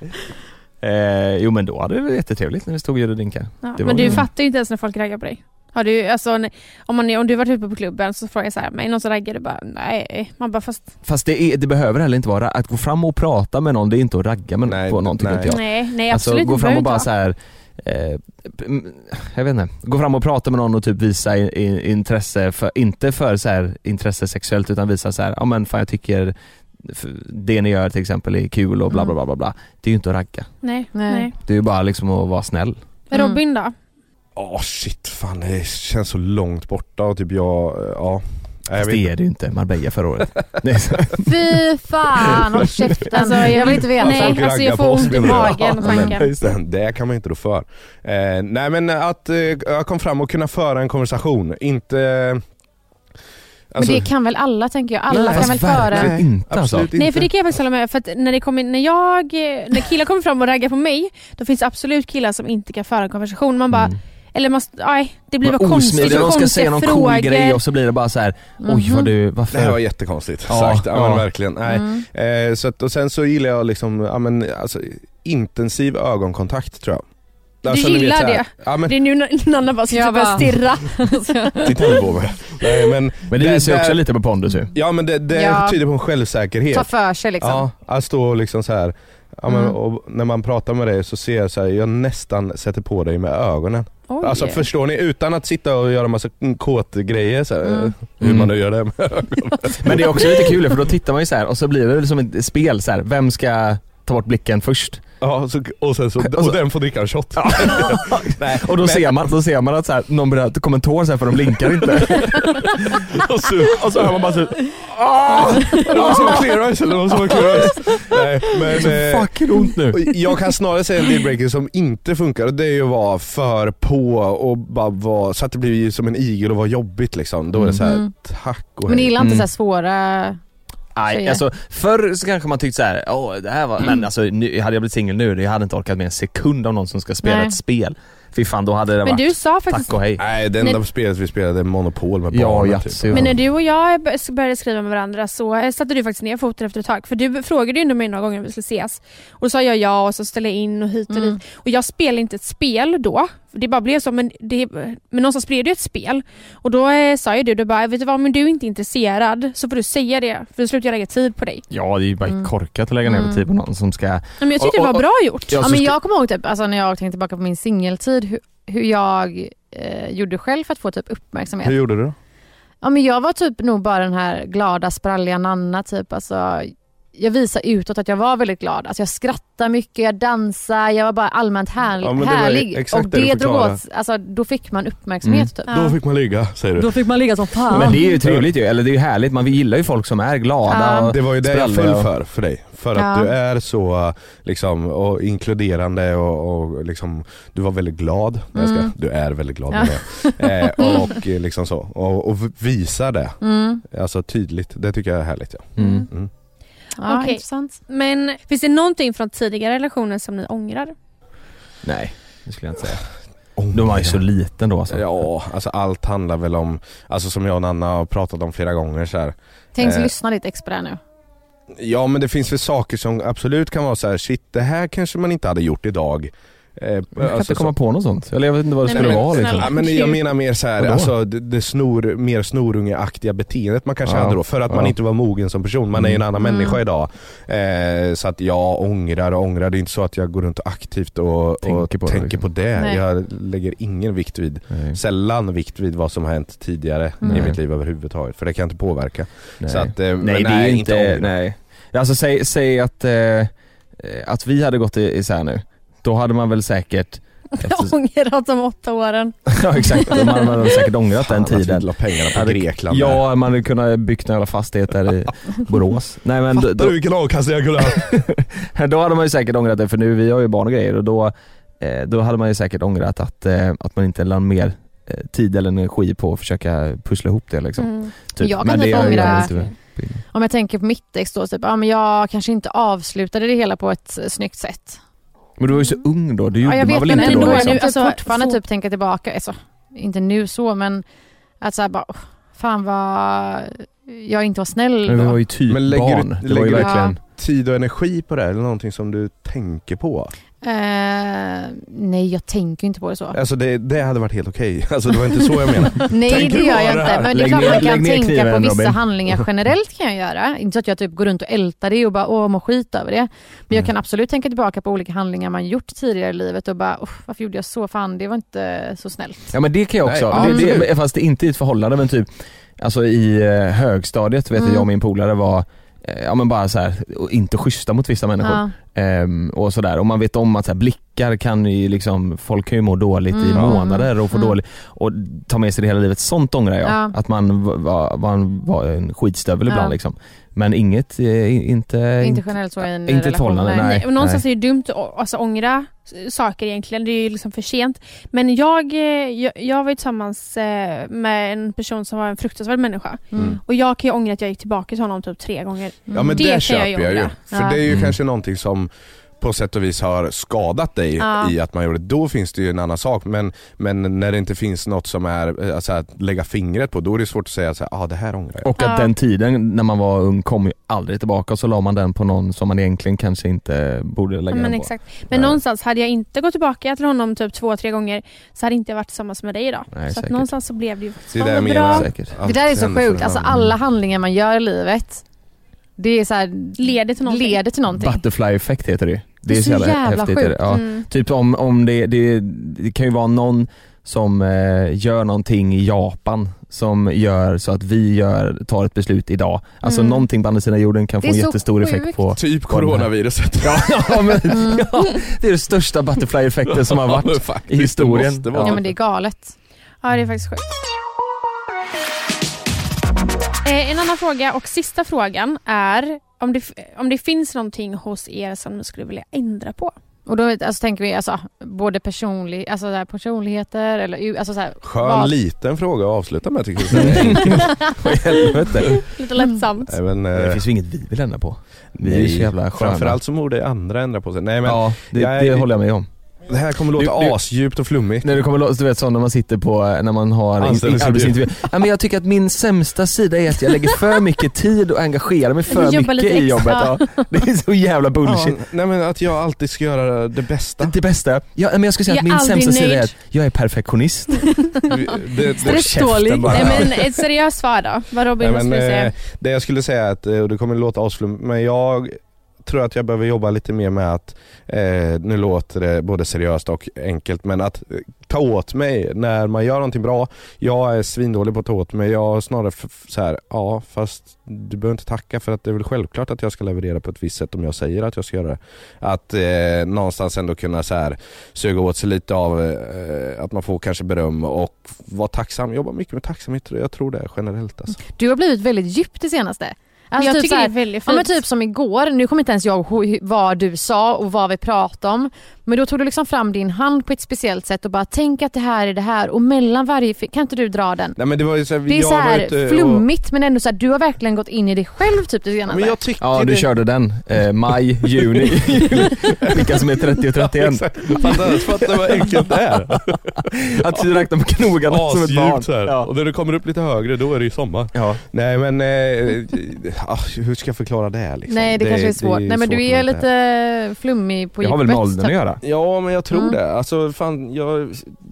F: Eh, jo men då hade det varit jättetrevligt när vi stod och gjorde drinkar.
G: Ja,
F: Det var
G: men du
F: ju-
G: fattar ju inte ens när folk raggar på dig. Har du, alltså, n- om, man, är- om du varit ute på klubben så frågar jag så här, men är någon som raggar? Du bara, nej. Man bara, fast
F: Fast det, är, det behöver heller inte vara, att gå fram och prata med någon, det är inte att ragga med
H: Nej,
F: på någon tycker
H: nej.
F: inte jag.
G: nej, nej
F: Alltså
G: absolut
F: gå
G: det
F: fram
G: behöver
F: och bara
G: inte
F: så här. Eh, p- jag vet inte, gå fram och prata med någon och typ visa i, i, intresse för, inte för så här intresse sexuellt, utan visa så här, ja men fan jag tycker f- det ni gör till exempel är kul och bla bla bla bla bla. Det är ju inte att ragga,
G: Nej,
E: Nej.
G: nej.
F: det är ju bara liksom att vara snäll.
G: Men
E: Mm.
G: Robin då?
H: Åh shit, fan det känns så långt borta och typ jag, ja. Nej, jag
F: Fast
H: vet
F: det
H: inte.
F: är det ju inte, Marbella förra året. Det är så.
E: Fy fan, håll käften.
G: Alltså,
E: jag vill inte veta.
G: Nej,
H: folk
G: alltså
H: raggar
G: jag
H: på
G: får
H: oss,
G: ont i
H: menar du?
G: magen och
H: Ja, men
G: tanken.
H: just det, det kan man inte då för. Eh, nej men att eh, jag kom fram och kunna föra en konversation, inte... Alltså,
E: Men det kan väl alla, tänker jag. Alla
F: Nej,
E: kan väl
F: fast
E: föra.
F: verkligen inte alltså.
H: absolut inte.
G: Nej, för det kan jag faktiskt hålla med. För att när det kommer, när jag, när killar kommer fram och raggar på mig, då finns det absolut killar som inte kan föra en konversation. Man bara,
F: Mm.
G: eller man, nej, det blir
F: Men
G: bara konstigt.
F: osmidiga, de ska
G: konstiga
F: säga någon cool
G: frågor.
F: grej och så blir det bara så här. Oj
E: Mhm.
F: vad du,
H: Det här var
F: varför?
H: jättekonstigt
F: Ja,
H: sagt, ja,
F: ja.
H: men verkligen. Nej.
E: Mm.
H: Eh, så att, och sen så gillar jag liksom, ja, men, alltså, intensiv ögonkontakt tror jag. Alltså,
G: Du
H: ni vet
G: gillar
H: så här-
G: det?
H: Ja, men
G: Det är nu när Nanna bara ska
E: Jag
G: börja
E: bara-
G: stirra.
H: titta nu på mig. Nej, men,
F: Men det visar ju också
H: där-
F: lite på pondus ju.
H: Ja men det, det
E: Ja.
H: tyder på en självsäkerhet.
E: Ta för sig liksom.
H: Ja, att stå och liksom så här. Ja, men,
E: Mm.
H: och när man pratar med dig så ser jag så här, jag nästan sätter på dig med ögonen.
G: Oj.
H: Alltså förstår ni, utan att sitta och göra massa kåtgrejer så här,
E: Mm.
H: hur man nu gör det med ögonen.
F: Men det är också lite kul för då tittar man ju så här och så blir det som ett spel så här. Vem ska ta bort blicken först?
H: Ja, så, och sen så, och den får dricka en shot.
F: Nej, och då
H: men-
F: ser man, då ser man att så här, någon börjar komma en tår så här för de blinkar inte.
H: och, så, och så hör man bara så ah, det var som en clear ice eller någon som var clear ice. Nej, men
F: Så
H: eh,
F: fucking ont nu.
H: och jag kan snarare säga en dealbreaker som inte funkar, och det är ju att vara för på och bara vara, så att det blir som en igel och vara jobbigt liksom. Då är det så här,
E: Mm.
H: tack och
E: Men ni
H: hej.
E: gillar inte
F: Mm.
E: så här svåra...
F: Nej,
E: tjejer.
F: alltså förr så kanske man tyckte så här, åh det här var, men alltså nu, hade jag blivit singel nu, jag hade inte orkat med en sekund av någon som ska spela
E: Nej.
F: ett spel. Fy fan, då hade det
G: Men
F: varit
G: du sa faktiskt...
F: tack och hej.
H: Nej, det enda
G: Nej.
H: spelet vi spelade är Monopol med
F: Ja,
H: barnen
F: Yatzy.
H: typ.
G: Men när du och jag började skriva med varandra så eh, satte du faktiskt ner foten efter ett tag. För du frågade ju mig några gånger om vi skulle ses. Och då sa jag ja och så ställde jag in och hit och
E: Mm.
G: dit. Och jag spelade inte ett spel då. Det bara blev så, men, det, men någonstans blev det ett spel. Och då eh, sa ju du, du bara, vet du vad, om du är inte intresserad så får du säga det. För då slutar jag lägga tid på dig.
F: Ja, det är ju bara
E: Mm.
F: korkat att lägga ner
E: Mm.
F: tid på någon som ska...
G: Ja, men jag tyckte
F: Och-
G: det
F: och-
G: var bra gjort.
F: Ja,
E: Ja,
F: så
E: men
F: ska-
E: jag kommer ihåg typ, alltså, när jag tänkte tillbaka på min singeltid hur, hur jag eh, gjorde själv för att få typ uppmärksamhet.
H: Hur gjorde du då?
E: Ja, men jag var typ nog bara den här glada, spralliga Nanna typ. Alltså, jag visade utåt att jag var väldigt glad. Alltså, jag skrattade mycket, jag dansade, jag var bara allmänt härlig.
H: Ja, men det var
E: härlig.
H: exakt
E: Och
H: det du
E: det drog
H: förklarade.
E: åt, alltså, då fick man uppmärksamhet typ.
H: Då fick man ligga, säger du.
E: Då fick man ligga som fan.
F: Men det är ju trevligt ju, eller det är ju härligt, man gillar ju folk som är glada
E: Ja.
F: och
H: Det var ju det jag
F: spralliga
H: föll
F: och-
H: för, för dig. För att
E: Ja.
H: du är så liksom, och inkluderande och, och liksom, du var väldigt glad. Nej, jag ska,
E: Mm.
H: du är väldigt glad
E: Ja.
H: med det. Eh, och eh, liksom så. Och, och visa det.
E: Mm.
H: Alltså tydligt. Det tycker jag är härligt. Ja.
F: Mm.
H: Mm.
E: Ja,
G: Okej.
E: intressant.
G: Men finns det någonting från tidigare relationer som ni ångrar?
F: Nej, det skulle jag inte säga. De var ju så liten då alltså.
H: Ja, alltså allt handlar väl om, alltså som jag och Nanna har pratat om flera gånger så här.
E: Tänk så
H: Eh.
E: lyssna lite extra där nu.
H: Ja, men det finns väl saker som absolut kan vara så här: shit, det här kanske man inte hade gjort idag. Eh,
F: Jag kan
H: alltså
F: inte komma
H: så-
F: på något sånt. Eller jag vet inte vad det
G: Nej,
F: skulle
G: men
F: vara liksom.
G: snälla.
H: Ja, men jag menar mer så här,
F: Vadå?
H: alltså det, det snor, mer snorungeaktiga beteendet man kanske
F: Ja.
H: hade då, för att man
F: Ja.
H: inte var mogen som person. Man är ju en annan
E: Mm.
H: människa idag. Eh, så att jag ångrar och ångrar, det är inte så att jag går runt och aktivt och
F: Tänker
H: tänker
F: på
H: på
F: det,
H: det. Tänker
F: liksom.
H: på det.
E: Nej.
H: Jag lägger ingen vikt vid,
F: Nej.
H: sällan vikt vid vad som har hänt tidigare
E: Mm.
H: i mitt liv överhuvudtaget. För det kan jag inte påverka.
F: Nej.
H: Så att, eh,
F: nej,
H: men
F: det är ju inte,
H: ångra.
F: nej. Alltså säg, säg att, eh, att vi hade gått i- isär nu. Då hade man väl säkert efter,
G: Ångrat de åtta åren.
F: ja exakt, man hade man säkert ångrat den
H: Fan, att vi
F: tiden.
H: la pengarna på
F: Hade-
H: Grekland. där.
F: Ja, man hade kunnat byggt några fastigheter i Borås. Nej men
H: Fattar
F: då,
H: du vilken avkastning jag kunde ha?
F: då hade man ju säkert ångrat det, för nu vi har ju barn och grejer och då, eh, då hade man ju säkert ångrat att, eh, att man inte la mer eh, tid eller energi på att försöka pussla ihop det liksom.
G: Mm.
F: Typ.
E: Jag kan
F: Men
E: typ
F: det gör
E: ångra-
F: jag inte.
E: Om jag tänker på mitt ex då, typ, ja, men jag kanske inte avslutade det hela på ett eh, snyggt sätt.
F: Men du var ju så ung då, det gjorde
E: Ja, jag
F: man
E: vet,
F: väl
E: men
F: inte
E: ändå
F: då
E: är
F: liksom.
E: nu, alltså,
G: Alltså,
E: fortfarande
G: få-
E: typ tänka tillbaka, alltså, inte nu så, men att såhär bara, åh, fan vad jag inte var snäll
F: Men vi
E: då.
F: var ju typ
H: Men lägger du-
F: barn. Det var ju
H: lägger du-
F: verkligen...
H: Tid och energi på det, eller någonting som du tänker på?
E: Eh, nej, jag tänker inte på det så.
H: Alltså det, det hade varit helt okej. Alltså det var inte så jag menade.
E: Nej,
H: tänker
E: det gör
H: bara
E: jag
H: det
E: inte.
H: här.
E: Men det är
F: Lägg
E: klart
F: ner-
E: man kan
F: lägg ner
E: tänka
F: kniven,
E: på vissa
F: Robin.
E: handlingar generellt kan jag göra. Inte så att jag typ går runt och ältar det och bara åh, mår skit över det. Men jag
F: Mm.
E: kan absolut tänka tillbaka på olika handlingar man gjort tidigare i livet och bara, varför gjorde jag så? Fan, det var inte så snällt.
F: Ja men det kan jag också,
H: Nej,
F: det, det,
H: absolut.
F: fast det är inte i ett förhållande, men typ alltså i eh, högstadiet vet
E: Mm.
F: jag och min polare var eh, ja men bara så här, och inte schyssta mot vissa människor.
E: Ja.
F: Ehm, och sådär, och man vet om att så här, blickar kan ju liksom, folk kan ju må dåligt i
E: Mm.
F: månader och få
E: Mm.
F: dåligt och ta med sig det hela livet. Sånt ångrar jag,
E: Ja.
F: att man var, var, en, var en skitstövel
E: Ja.
F: ibland liksom. Men inget, eh, inte
E: Inte generellt så i en
F: inte ett
E: relation.
F: förhållande, nej.
G: Nej, och någonstans är det dumt att alltså, ångra s- saker egentligen. Det är ju liksom för sent. Men jag, eh, jag, jag var ju tillsammans eh, med en person som var en fruktansvärd människa.
E: Mm.
G: Och jag kan ju ångra att jag gick tillbaka till honom typ tre gånger.
H: Ja men
G: Det
H: det,
G: kan
H: köper
G: jag
H: jag,
G: ju
H: ju.
G: ångra.
H: För
E: Ja.
H: det är ju
F: Mm.
H: kanske någonting som på sätt och vis har skadat dig
G: Ja.
H: i att man gjorde det. Då finns det ju en annan sak. Men, men när det inte finns något som är alltså, att lägga fingret på, då är det svårt att säga så här, ah, det här ångrar jag.
F: Och att
G: Ja.
F: den tiden när man var ung kom ju aldrig tillbaka, och så la man den på någon som man egentligen kanske inte borde lägga
G: Ja, men
F: den på.
G: exakt. Men
H: Nej.
G: någonstans hade jag inte gått tillbaka till honom typ två, tre gånger så hade inte jag varit tillsammans med dig idag.
F: Nej,
G: så att
F: säkert.
G: någonstans så blev det ju faktiskt
H: Det är det
G: fan
H: jag
G: vad
H: menar.
G: bra.
F: Säkert.
H: Allt
E: Det där är så
H: händer för
E: sjukt,
H: en
E: alltså
H: annan.
E: alla handlingar man gör i livet det är så här,
G: leder till någonting.
E: Leder till någonting.
F: Butterfly-effekt heter det. Det är,
E: Det är
F: så jävla,
E: så jävla
F: häftigt.
E: sjukt.
F: Ja.
G: Mm.
F: Typ om, om det, det, det kan ju vara någon som eh, gör någonting i Japan som gör så att vi gör, tar ett beslut idag. Alltså
E: Mm.
F: någonting på andra sidan jorden kan få
E: Det är
F: en
E: så
F: jättestor effekt
E: sjukt.
F: på...
H: Typ
F: på den här.
H: coronaviruset.
F: Ja, ja, men,
E: Mm.
F: ja, det är den största butterfly-effekten som har
H: Ja, men
F: varit
H: faktiskt,
F: i
H: det
F: historien.
H: måste vara.
E: Ja, men det är galet.
G: Ja, det är faktiskt sjukt. Eh, en annan fråga och sista frågan är om det, om det finns någonting hos er som ni skulle vilja ändra på.
E: Och då alltså, tänker vi alltså, både personlig, alltså, så här, personligheter eller alltså, så här,
H: Skön
E: vad-
H: liten fråga att avsluta med tycker jag.
F: Vad i helvete.
G: Lite lättsamt.
H: Även,
F: Det
H: eh,
F: finns ju inget vi vill ändra på. Vi är ju så jävla sköna.
H: framförallt så borde andra ändra på sig. Nej men
F: Ja, det,
H: jag
F: det
H: är-
F: håller jag med om.
H: det här kommer låta
F: Du- du-
H: asdjupt och flummigt.
F: När det kommer låta, du vet så när man sitter på, när man har in-
H: Anställningsintervju.
F: arbetsintervju. Ja, men jag tycker att min sämsta sida är att jag lägger för mycket tid och engagerar mig för
G: Du jobbar
F: mycket
G: lite
F: i jobbet.
G: extra.
F: Ja. Det är så jävla bullshit.
H: Ja, nej men att jag alltid ska göra det bästa.
F: Det bästa, ja, men jag skulle säga
G: Jag
F: att
G: är
F: min
G: aldrig
F: sämsta sida är
G: nöjd.
F: att jag är perfektionist.
H: det, det,
E: Stressdålig.
H: käften bara.
G: Nej, men ett seriöst svar då. Vad Robin,
H: Nej,
G: vad
H: men,
G: skulle du säga?
H: eh, det jag skulle säga är att, eh, och det kommer låta asflummigt, men jag tror att jag behöver jobba lite mer med att, eh, nu låter det både seriöst och enkelt, men att eh, ta åt mig när man gör någonting bra. Jag är svindålig på att ta åt mig. Jag har snarare f- f- så här, ja fast du behöver inte tacka för att det är väl självklart att jag ska leverera på ett visst sätt om jag säger att jag ska göra det. Att eh, någonstans ändå kunna så här, suga åt sig lite av eh, att man får kanske beröm och vara tacksam. Jobba mycket med tacksamhet, jag tror det är generellt alltså.
E: Du har blivit väldigt djupt det senaste. Alltså,
G: Jag
E: typ
G: tycker
E: så här,
G: det är väldigt
E: ja,
G: fint.
E: men typ som igår, nu kommer inte ens jag ihåg hu- vad du sa och vad vi pratade om. Men då tog du liksom fram din hand på ett speciellt sätt och bara tänk att det här är det här och mellan varje, kan inte du dra den?
H: Nej, men det var ju så här,
E: Det är
H: jag
E: så
H: var
E: här
H: ute och-
E: flummigt men ändå så här, du har verligen gått in i dig själv typ det senaste.
H: Men jag tyckte
F: Ja, du
H: det...
F: körde den. Eh, maj, juni. Vilka som är trettio och trettioen.
H: Fatta, fatta vad enkelt det är.
F: Att du räknar på knogarna som ett barn.
H: Asdjupt så här.
F: Ja.
H: Och när du kommer upp lite högre då är det ju sommar.
F: Ja.
H: Nej men eh, ah, hur ska jag förklara det liksom?
E: Nej det, kanske är svårt. Nej men du är lite flummig på
F: Det har väl
E: djupet,
F: med åldern att
E: typ.
F: göra.
H: Ja men jag tror
E: Mm.
H: det. Alltså fan jag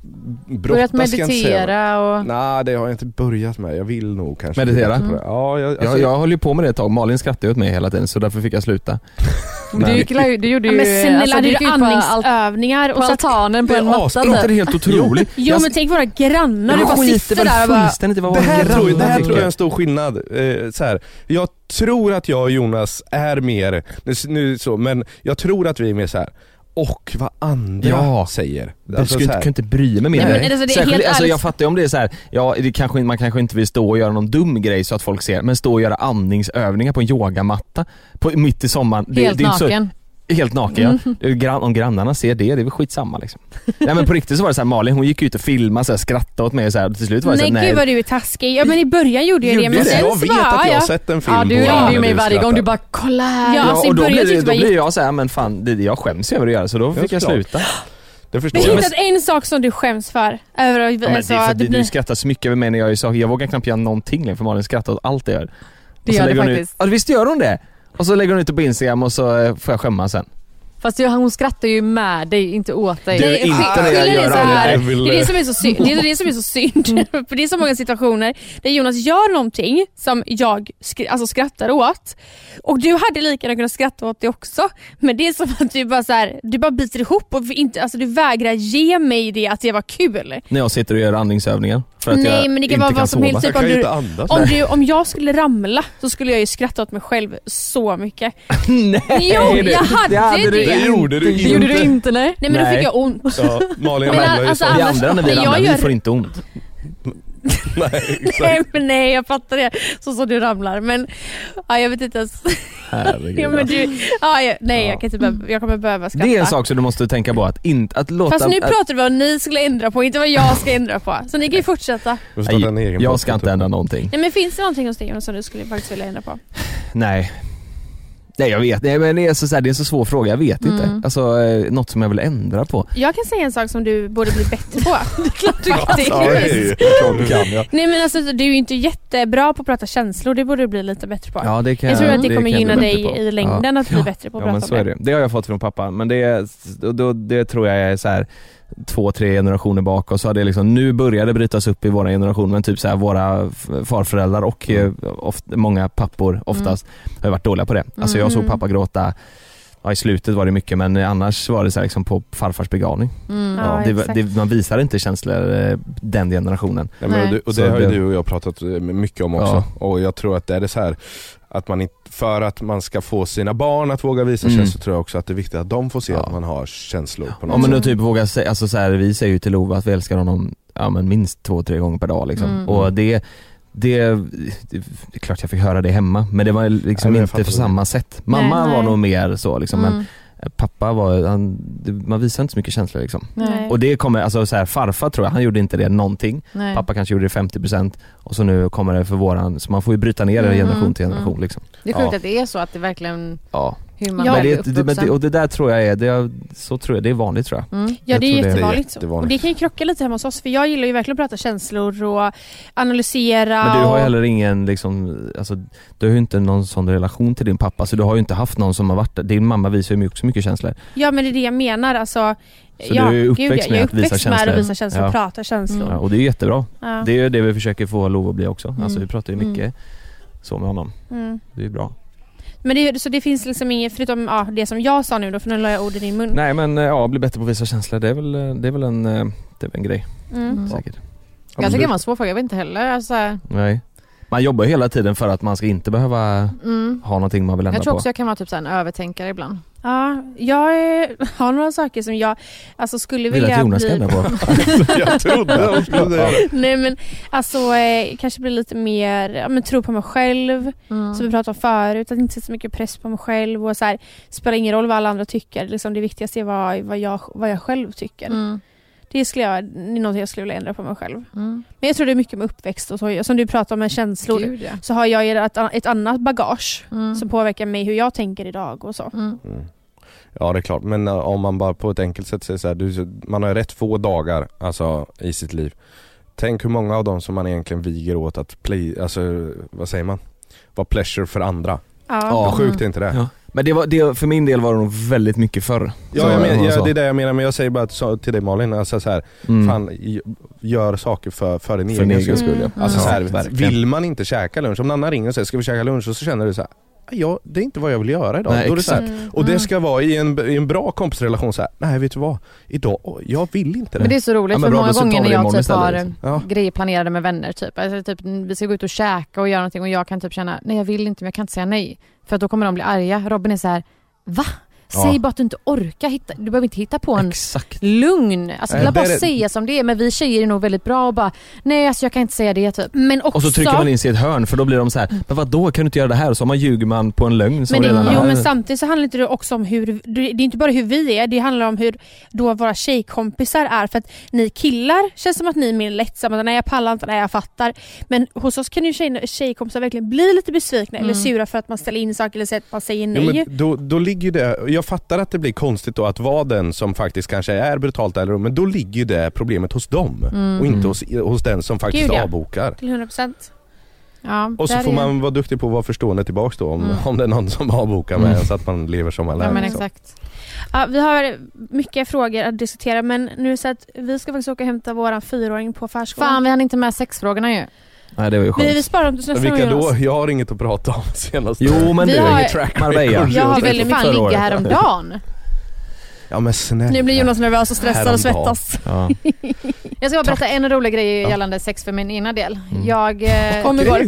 E: Börjat
H: brottas ska jag inte säga.
E: meditera och...
H: Nej det har jag inte börjat med. Jag vill nog kanske
F: Meditera?
H: bli bättre på det. Ja, jag, alltså,
F: Jag, jag håller ju på med det ett tag. Malin skrattar ju åt mig hela tiden så därför fick jag sluta.
E: Du, gick, du gjorde
G: Ja,
E: ju...
G: men snälla,
E: alltså,
G: du
E: gick
G: gjorde
E: ut på al-
G: andningsövningar
E: på
G: och så
E: altanen på
H: det är
E: en matta
H: asbra.
F: Inte det
E: typ.
F: helt otroligt?
G: Jo men tänk våra grannar, du
F: jag
G: bara
F: skiter
G: sitter
F: väl
G: där och bara...
F: fullständigt i vad
H: det här,
F: våra
H: tror, det
F: grannar
H: här
F: tycker.
H: tror jag är en stor skillnad. Eh, så här, jag tror att jag och Jonas är mer, nu, nu så, men jag tror att vi är mer så här. Och vad andra
F: Ja.
H: säger.
F: Jag
H: Alltså,
F: skulle
H: så
F: inte,
H: här,
F: kan inte bry mig mer.
G: Nej, men alltså, det är
F: Särskilt,
G: helt
F: alltså,
G: ärligt-
F: jag fattar ju om det är så här, ja, det kanske, man kanske inte vill stå och göra någon dum grej så att folk ser, men stå och göra andningsövningar på en yogamatta på, mitt i sommaren. Det,
E: Helt
F: det är inte så,
E: naken.
F: Helt naken, ja. Gran, om grannarna ser det, det är väl skitsamma liksom. Nej men på riktigt så var det så här, Malin hon gick ut och filmade så här, skrattade åt mig och så här, till slut var det så
G: Nej
F: här,
G: gud vad du är taskig. Ja men i början gjorde jag det
H: Gjorde
G: men
H: det?
G: sen
H: Jag
G: så
H: vet
G: bara,
H: att jag
G: ja.
H: har sett en film
E: Ja, du
H: på
E: ringde
H: när
E: ju mig
H: du
E: varje gång, du
H: skrattar.
E: bara kolla här.
G: Ja,
F: Ja,
G: alltså, i
F: och då
G: början
F: blir,
G: tyckte
F: det,
G: jag
F: då
G: det var
F: blir jag så här, men fan det, jag skäms över att göra så då
H: Ja,
F: fick jag
H: såklart.
F: sluta.
H: Det förstår
G: Men
H: jag.
G: hittat en sak som du skäms för. Över att
F: Ja, men det
G: alltså,
F: är för
G: att det
F: att
G: blir...
F: du skrattar så mycket över mig när jag gör saker. Jag vågar knappt göra någonting längre för Malin skrattar åt allt jag gör.
E: Det
F: Och så
E: gör det
F: lägger hon ut,
E: faktiskt.
F: ja, visst gör hon det? Och så lägger hon ut det på Instagram och så eh, får jag skämmas sen.
E: Fast jag, hon skrattar ju med dig, inte åt dig.
F: Du,
G: Nej,
F: inte
G: skill-
F: när jag
G: skillnaden
F: gör
G: är så
F: det.
G: här,
H: Jag vill-
G: det är det som är så synd. Det är det som är så synd. För det är så många situationer där Jonas gör någonting som jag skr- alltså skrattar åt. Och du hade lika gärna kunnat skratta åt det också. Men det är som att du bara så här, du bara biter ihop och inte, alltså du vägrar ge mig det att det var kul.
F: När jag sitter och gör andningsövningar. För att
G: Nej
F: jag
G: men det kan
F: inte
G: vara
F: kan
G: vad som
F: sova.
G: helst.
H: Jag
G: Typ om,
H: kan ju
G: du,
H: inte andas.
G: om, du, om jag skulle ramla så skulle jag ju skratta åt mig själv så mycket.
F: Nej,
G: Jo,
F: det-
G: jag hade
F: det hade du
G: det.
H: Det gjorde du
E: Det gjorde du
H: inte.
E: inte, nej.
G: Nej men då
F: Nej.
G: fick jag ont.
H: Ja, Malin
G: Men
H: ramlar ju
G: alltså,
H: så.
F: Vi
G: annars-
F: andra när vi
G: när jag
F: ramlar,
G: gör-
F: vi får inte ont.
H: Nej, exakt.
G: Nej, men nej jag fattar det. Så som du ramlar. Men ja, jag vet inte ens.
F: Herregud.
G: Ja, men du, ja, jag, nej jag kan inte behöva, jag kommer behöva skratta.
F: Det är en sak som du måste tänka på, att inte att låta...
G: Fast nu
F: att,
G: pratar vi om vad ni skulle ändra på, inte vad jag ska ändra på. Så ni kan ju fortsätta.
H: Du får starta en egen
F: Nej, jag ska
H: podcast.
F: inte ändra någonting.
G: Nej men finns det någonting hos dig Jonas, som du skulle faktiskt vilja ändra på?
F: Nej. Nej jag vet, nej men det är så, så här, det är en så svår fråga, jag vet
E: Mm.
F: inte. Alltså eh, något som jag vill ändra på.
G: Jag kan säga en sak som du borde bli bättre på. Det är klart du kan.
H: Ja, det är ju-
F: Klart du kan, ja.
G: Nej men alltså du är ju inte jättebra på att prata känslor, det borde du bli lite bättre på.
F: Ja, det kan
G: jag tror att det,
F: det
G: kommer
F: kan jag
G: gynna
F: bli
G: dig
F: bättre på.
G: i längden
F: Ja.
G: att bli bättre på att
F: Ja men
G: prata
F: så
G: om
F: är
G: det.
F: det. Det har jag fått från pappa, men det, är, då, då, det tror jag är så här. två, tre generationer bak och så har det liksom, nu börjar det brytas upp i våra generation, men typ så här, våra farföräldrar och mm. ofta, många pappor oftast mm. har varit dåliga på det. Alltså jag såg pappa gråta. Ja, i slutet var det mycket, men annars var det så här liksom på farfars begravning. Mm. Ja, det, det, man visar inte känslor den generationen.
H: Ja, men och det, och det har ju du och jag pratat mycket om också. Ja. Och jag tror att det är det så här att man inte, för att man ska få sina barn att våga visa mm. känslor, tror jag också att det är viktigt att de får se ja. att man har känslor på något
F: ja, men
H: sätt.
F: typ våga säga, alltså så här, vi säger ju till Lova att vi älskar honom ja, men minst två, tre gånger per dag liksom. Mm. Och det Det, det, det är klart jag fick höra det hemma, men det var liksom Nej, inte på samma sätt. Mamma nej, var nej. nog mer så liksom, mm. men pappa var han, man visar inte så mycket känslor liksom. Nej. Och det kommer alltså så här, farfar tror jag, han gjorde inte det någonting. Nej. Pappa kanske gjorde det femtio procent och så nu kommer det för våran, så man får ju bryta ner det mm. generation till generation mm. liksom.
E: Det är sjukt
F: ja.
E: att det är så att det verkligen
F: ja.
E: hur man
F: ja,
E: är
F: det, det, det, och det där tror jag är det, så tror jag det är vanligt tror jag.
G: Mm. Ja,
F: jag
G: det är jättevanligt.
H: Det är
G: och det kan ju krocka lite hemma hos oss, för jag gillar ju verkligen att prata känslor och analysera.
F: Men du har ju
G: och...
F: heller ingen liksom, alltså, du har ju inte någon sån relation till din pappa, så du har ju inte haft någon som har varit där. Din mamma visar ju också mycket känslor.
G: Ja, men det är det jag menar, alltså.
F: Så
G: ja,
F: du är uppväxt
G: gud, jag,
F: med
G: jag är
F: att visa
G: uppväxt med
F: känslor.
G: att visa känslor
F: ja.
G: och prata känslor.
F: Mm. Ja, och det är jättebra.
G: Ja.
F: Det är det vi försöker få Lov att bli också. Mm. Alltså vi pratar ju mycket mm. så med honom.
G: Mm.
F: Det är bra.
G: Men det, så det finns liksom inget, förutom ja, det som jag sa nu då, för nu la jag orden i din mun.
F: Nej, men ja, bli bättre på att visa känslor, det är väl, det är väl en, det är väl en grej.
G: Mm.
F: Säkert.
E: Jag tycker det var en svår fråga, jag vet inte heller. Alltså...
F: Nej. Man jobbar hela tiden för att man ska inte behöva mm. ha någonting man vill ändra på.
E: Jag tror också på. Jag kan vara typ så här en övertänkare ibland.
G: Ja, jag är, har några saker som jag alltså skulle vilja
F: vill att Jonas
G: bli...
F: på.
H: Jag trodde jag skulle det.
G: Nej, men alltså eh, kanske bli lite mer ja, men tro på mig själv mm. som vi pratade om förut, att inte sätta så mycket press på mig själv och så här, spelar ingen roll vad alla andra tycker, liksom det viktigaste är vad, vad, jag, vad jag själv tycker. Mm. Det skulle jag, det är något jag skulle vilja ändra på mig själv. Mm. Men jag tror det är mycket med uppväxt och så. Som du pratar om med känslor. Gud, ja. Så har jag ett, ett annat bagage mm. som påverkar mig hur jag tänker idag och så. Mm.
H: Mm. Ja, det är klart. Men uh, om man bara på ett enkelt sätt säger så här, du, man har rätt få dagar alltså, i sitt liv. Tänk hur många av dem som man egentligen viger åt att play, alltså vad säger man? Vara pleasure för andra.
G: Ja.
H: Ja. Sjukt är inte det?
F: Ja. Men det var, det, för min del var det nog väldigt mycket förr.
H: Ja, jag men, ja det är det jag menar, men jag säger bara så, till dig Malin, alltså så här, mm. fan, gör saker för, för din för egen skull. Mm. Alltså så här, ja, vill man inte käka lunch, om någon annan ringer och säger ska vi käka lunch, och så känner du så här, ja, det är inte vad jag vill göra idag.
F: Nej,
H: Då är det så här, mm. Och det ska vara i en, i en bra kompisrelation så här, nej vet du vad, idag, jag vill inte det.
E: Men det är så roligt,
F: ja,
E: för
F: bra,
E: många gånger när jag typ har
F: liksom.
E: ja. grejer planerade med vänner typ. Alltså, typ, vi ska gå ut och käka och göra någonting och jag kan typ känna, nej jag vill inte, men jag kan inte säga nej. För då kommer de bli arga. Robin är så här, va? Säg ja. bara att du inte orkar hitta, du behöver inte hitta på en
F: Exakt.
E: lugn. Alltså
H: äh,
E: jag bara
H: det...
E: säga som det är, men vi tjejer är nog väldigt bra och bara nej alltså jag kan inte säga det typ. Men också...
F: Och så trycker man in sig i ett hörn, för då blir de så här, men vad då kan du inte göra det här? Och så man ljuger man på en lögn som
G: men det,
F: redan
G: jo,
F: är.
G: men samtidigt så handlar det också om hur, det är inte bara hur vi är, det handlar om hur då våra tjejkompisar är, för att ni killar känns som att ni är mer lättsamma, nej jag pallar inte, nej jag fattar. Men hos oss kan ju tjej, tjejkompisar verkligen bli lite besvikna mm. eller sura för att man ställer in saker eller så att man säger nej.
H: Jo, men då, då ligger det, jag fattar att det blir konstigt då att vara den som faktiskt kanske är brutalt eller men då ligger ju det problemet hos dem mm. och inte hos, hos den som faktiskt Gud, ja. avbokar.
G: Till hundra procent.
E: Ja,
H: och så får man är... vara duktig på att vara förstående tillbaks då om, mm. om det är någon som avbokar med mm. så att man lever som alla.
E: Ja, men exakt.
G: Ja, vi har mycket frågor att diskutera, men nu så att vi ska faktiskt åka och hämta våran fyraåring på förskolan.
E: Fan, vi hann inte med sexfrågorna ju.
F: Nej, det var ju skönt.
G: Vi, vi sparar dem till nästa
H: Vilka då? Jag har inget att prata om senast.
F: Jo, men
G: vi
F: du
G: har
F: inget track Marbella.
E: Jag har väldigt mycket ligga här om dagen.
H: Ja, men snälla.
G: Nu blir Jonas nervös och stressad och svettas.
F: Ja.
E: Jag ska bara berätta en rolig grej gällande sex för min ena del.
F: Mm.
E: Jag eh,
G: kommer igår.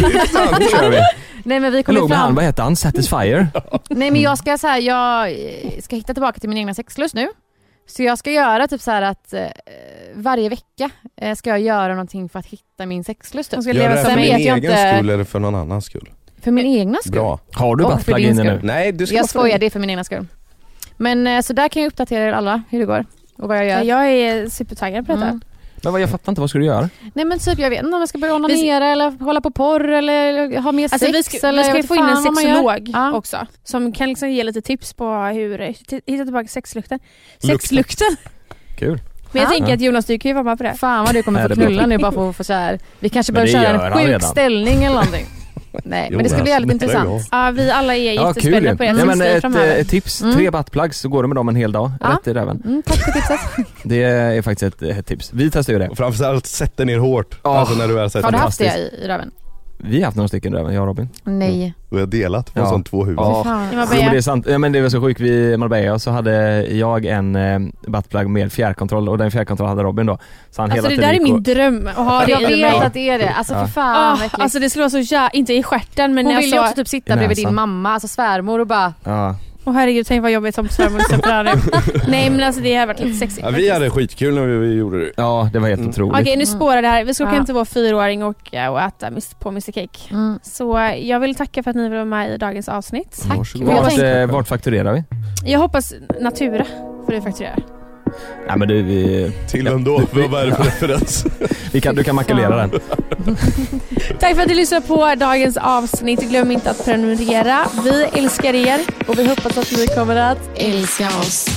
E: Nej, men vi kommer
F: fram. Han, vad heter han? Satisfyer?
E: Nej, men jag ska så här, jag ska hitta tillbaka till min egna sexlust nu. Så jag ska göra typ så här att eh, varje vecka eh, ska jag göra någonting för att hitta min sexlust.
H: Typ. Ska leva det för min egen inte... skull eller för någon annans skull?
E: För min egna skull.
H: Bra.
F: Har du bara plugin nu?
H: Nej, du ska
E: jag skojar, det är för min egna skull. Men så där kan jag uppdatera er alla hur det går och vad jag gör.
G: Ja, jag är supertaggad på detta. Mm.
F: Men vad, jag fattar inte, vad ska du göra?
E: Nej, men typ jag vet inte om jag ska börja onanera vi... eller hålla på porr eller ha mer
G: alltså,
E: sex.
G: Vi ska,
E: eller
G: vi ska få in en sexolog
E: ja.
G: också som kan liksom ge lite tips på hur hitta tillbaka sexlukten. Sexlukten.
F: Kul.
G: Men jag
E: ja.
G: tänker att Jonas, du kan ju vara med på det.
E: Fan vad du kommer få knulla nu bara för att få så här. Vi kanske börjar köra en sjuk ställning eller någonting. Nej,
H: Jo,
E: men det ska bli
H: alltså,
E: jävligt
H: det är bra.
E: intressant.
G: Ja, vi alla är
F: Ja,
G: jättespända
F: kul.
G: på er
F: Ja, men
G: tidsfri
F: ett,
G: framöver.
F: ett tips,
E: Mm.
F: tre buttplugs så går det med dem en hel dag.
E: Ja.
F: Rätt i röven.
E: Mm, tack för tipset.
F: Det är faktiskt ett, ett tips. Vi testar ju det.
H: Och framförallt sätter ner hårt.
F: Ja.
H: Alltså när du väl sätter
E: Har du
H: ner.
E: haft det i, i röven?
F: Vi har haft några stycken i röven, jag och Robin.
E: Nej.
H: Vi har delat på
F: Ja.
H: sånt två huvud.
F: Ja.
E: Fan.
G: I
F: Jo,
G: Marbella.
F: men det är sant. Ja, men det var så sjukt. Vi i Marbella så hade jag en eh, buttplug med fjärrkontroll och den fjärrkontroll hade Robin då. Så han
G: Alltså
F: hela
G: det där är
F: tiden
G: min dröm att ha det
E: Jag
G: i
E: vet
G: mig.
E: att det är det. Alltså
F: Ja.
E: för fan
G: Oh,
E: äckligt.
G: alltså det skulle vara så jä... inte i stjärten men
E: Hon
G: jag
E: vill ju
G: så...
E: också typ sitta
F: I
E: bredvid
F: näsan.
E: din mamma, alltså svärmor och bara
F: Ja.
G: Åh herregud, tänk vad jobbigt som svärmor lyssnar på det här nu. Nej men alltså det har varit lite sexigt.
H: Ja, vi hade skitkul när vi, vi gjorde det.
F: ja, det var helt
H: Mm.
F: otroligt.
G: Okej, nu spårar det här. Vi ska åka
E: Ja.
G: hem till vår fyraåring och, ja, och äta mis- på mister Cake.
E: mm.
G: Så eh, jag vill tacka för att ni var med i dagens avsnitt.
E: Tack.
H: Varsågod.
E: Jag
F: Vart,
E: tänkte-
F: eh, vart fakturerar vi?
G: Jag hoppas Natura får du fakturera.
F: Nej men du, vi,
H: Till vem då? Vad är det för referens?
F: vi kan, du kan makulera den.
G: Tack för att du lyssnade på dagens avsnitt. Glöm inte att prenumerera. Vi älskar er.
E: Och vi hoppas att ni kommer att älska oss.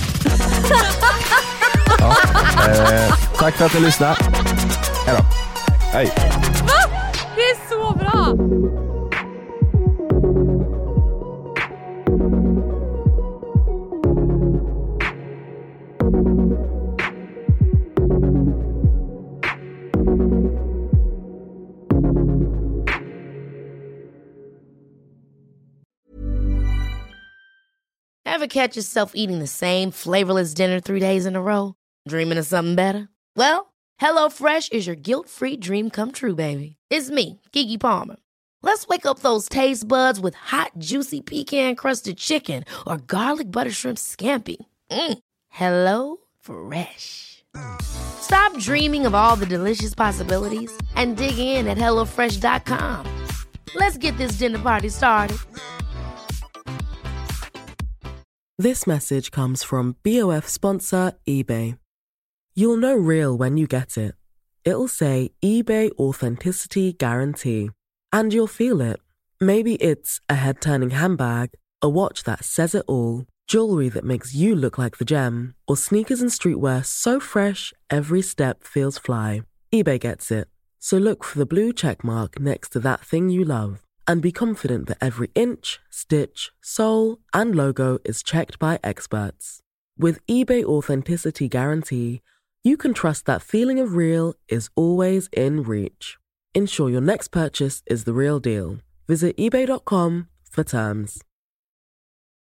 F: Ja. Eh, tack för att ni lyssnade. Hej då.
H: Hej.
E: Det är så bra!
J: Ever catch yourself eating the same flavorless dinner three days in a row? Dreaming of something better? Well, HelloFresh is your guilt-free dream come true, baby. It's me, Keke Palmer. Let's wake up those taste buds with hot, juicy pecan-crusted chicken or garlic butter shrimp scampi. Mm. Hello Fresh. Stop dreaming of all the delicious possibilities and dig in at hello fresh dot com. Let's get this dinner party started.
K: This message comes from B O F sponsor eBay. You'll know real when you get it. It'll say eBay Authenticity Guarantee. And you'll feel it. Maybe it's a head-turning handbag, a watch that says it all, jewelry that makes you look like the gem, or sneakers and streetwear so fresh every step feels fly. eBay gets it. So look for the blue check mark next to that thing you love. And be confident that every inch, stitch, sole, and logo is checked by experts. With eBay Authenticity Guarantee, you can trust that feeling of real is always in reach. Ensure your next purchase is the real deal. Visit ebay dot com for terms.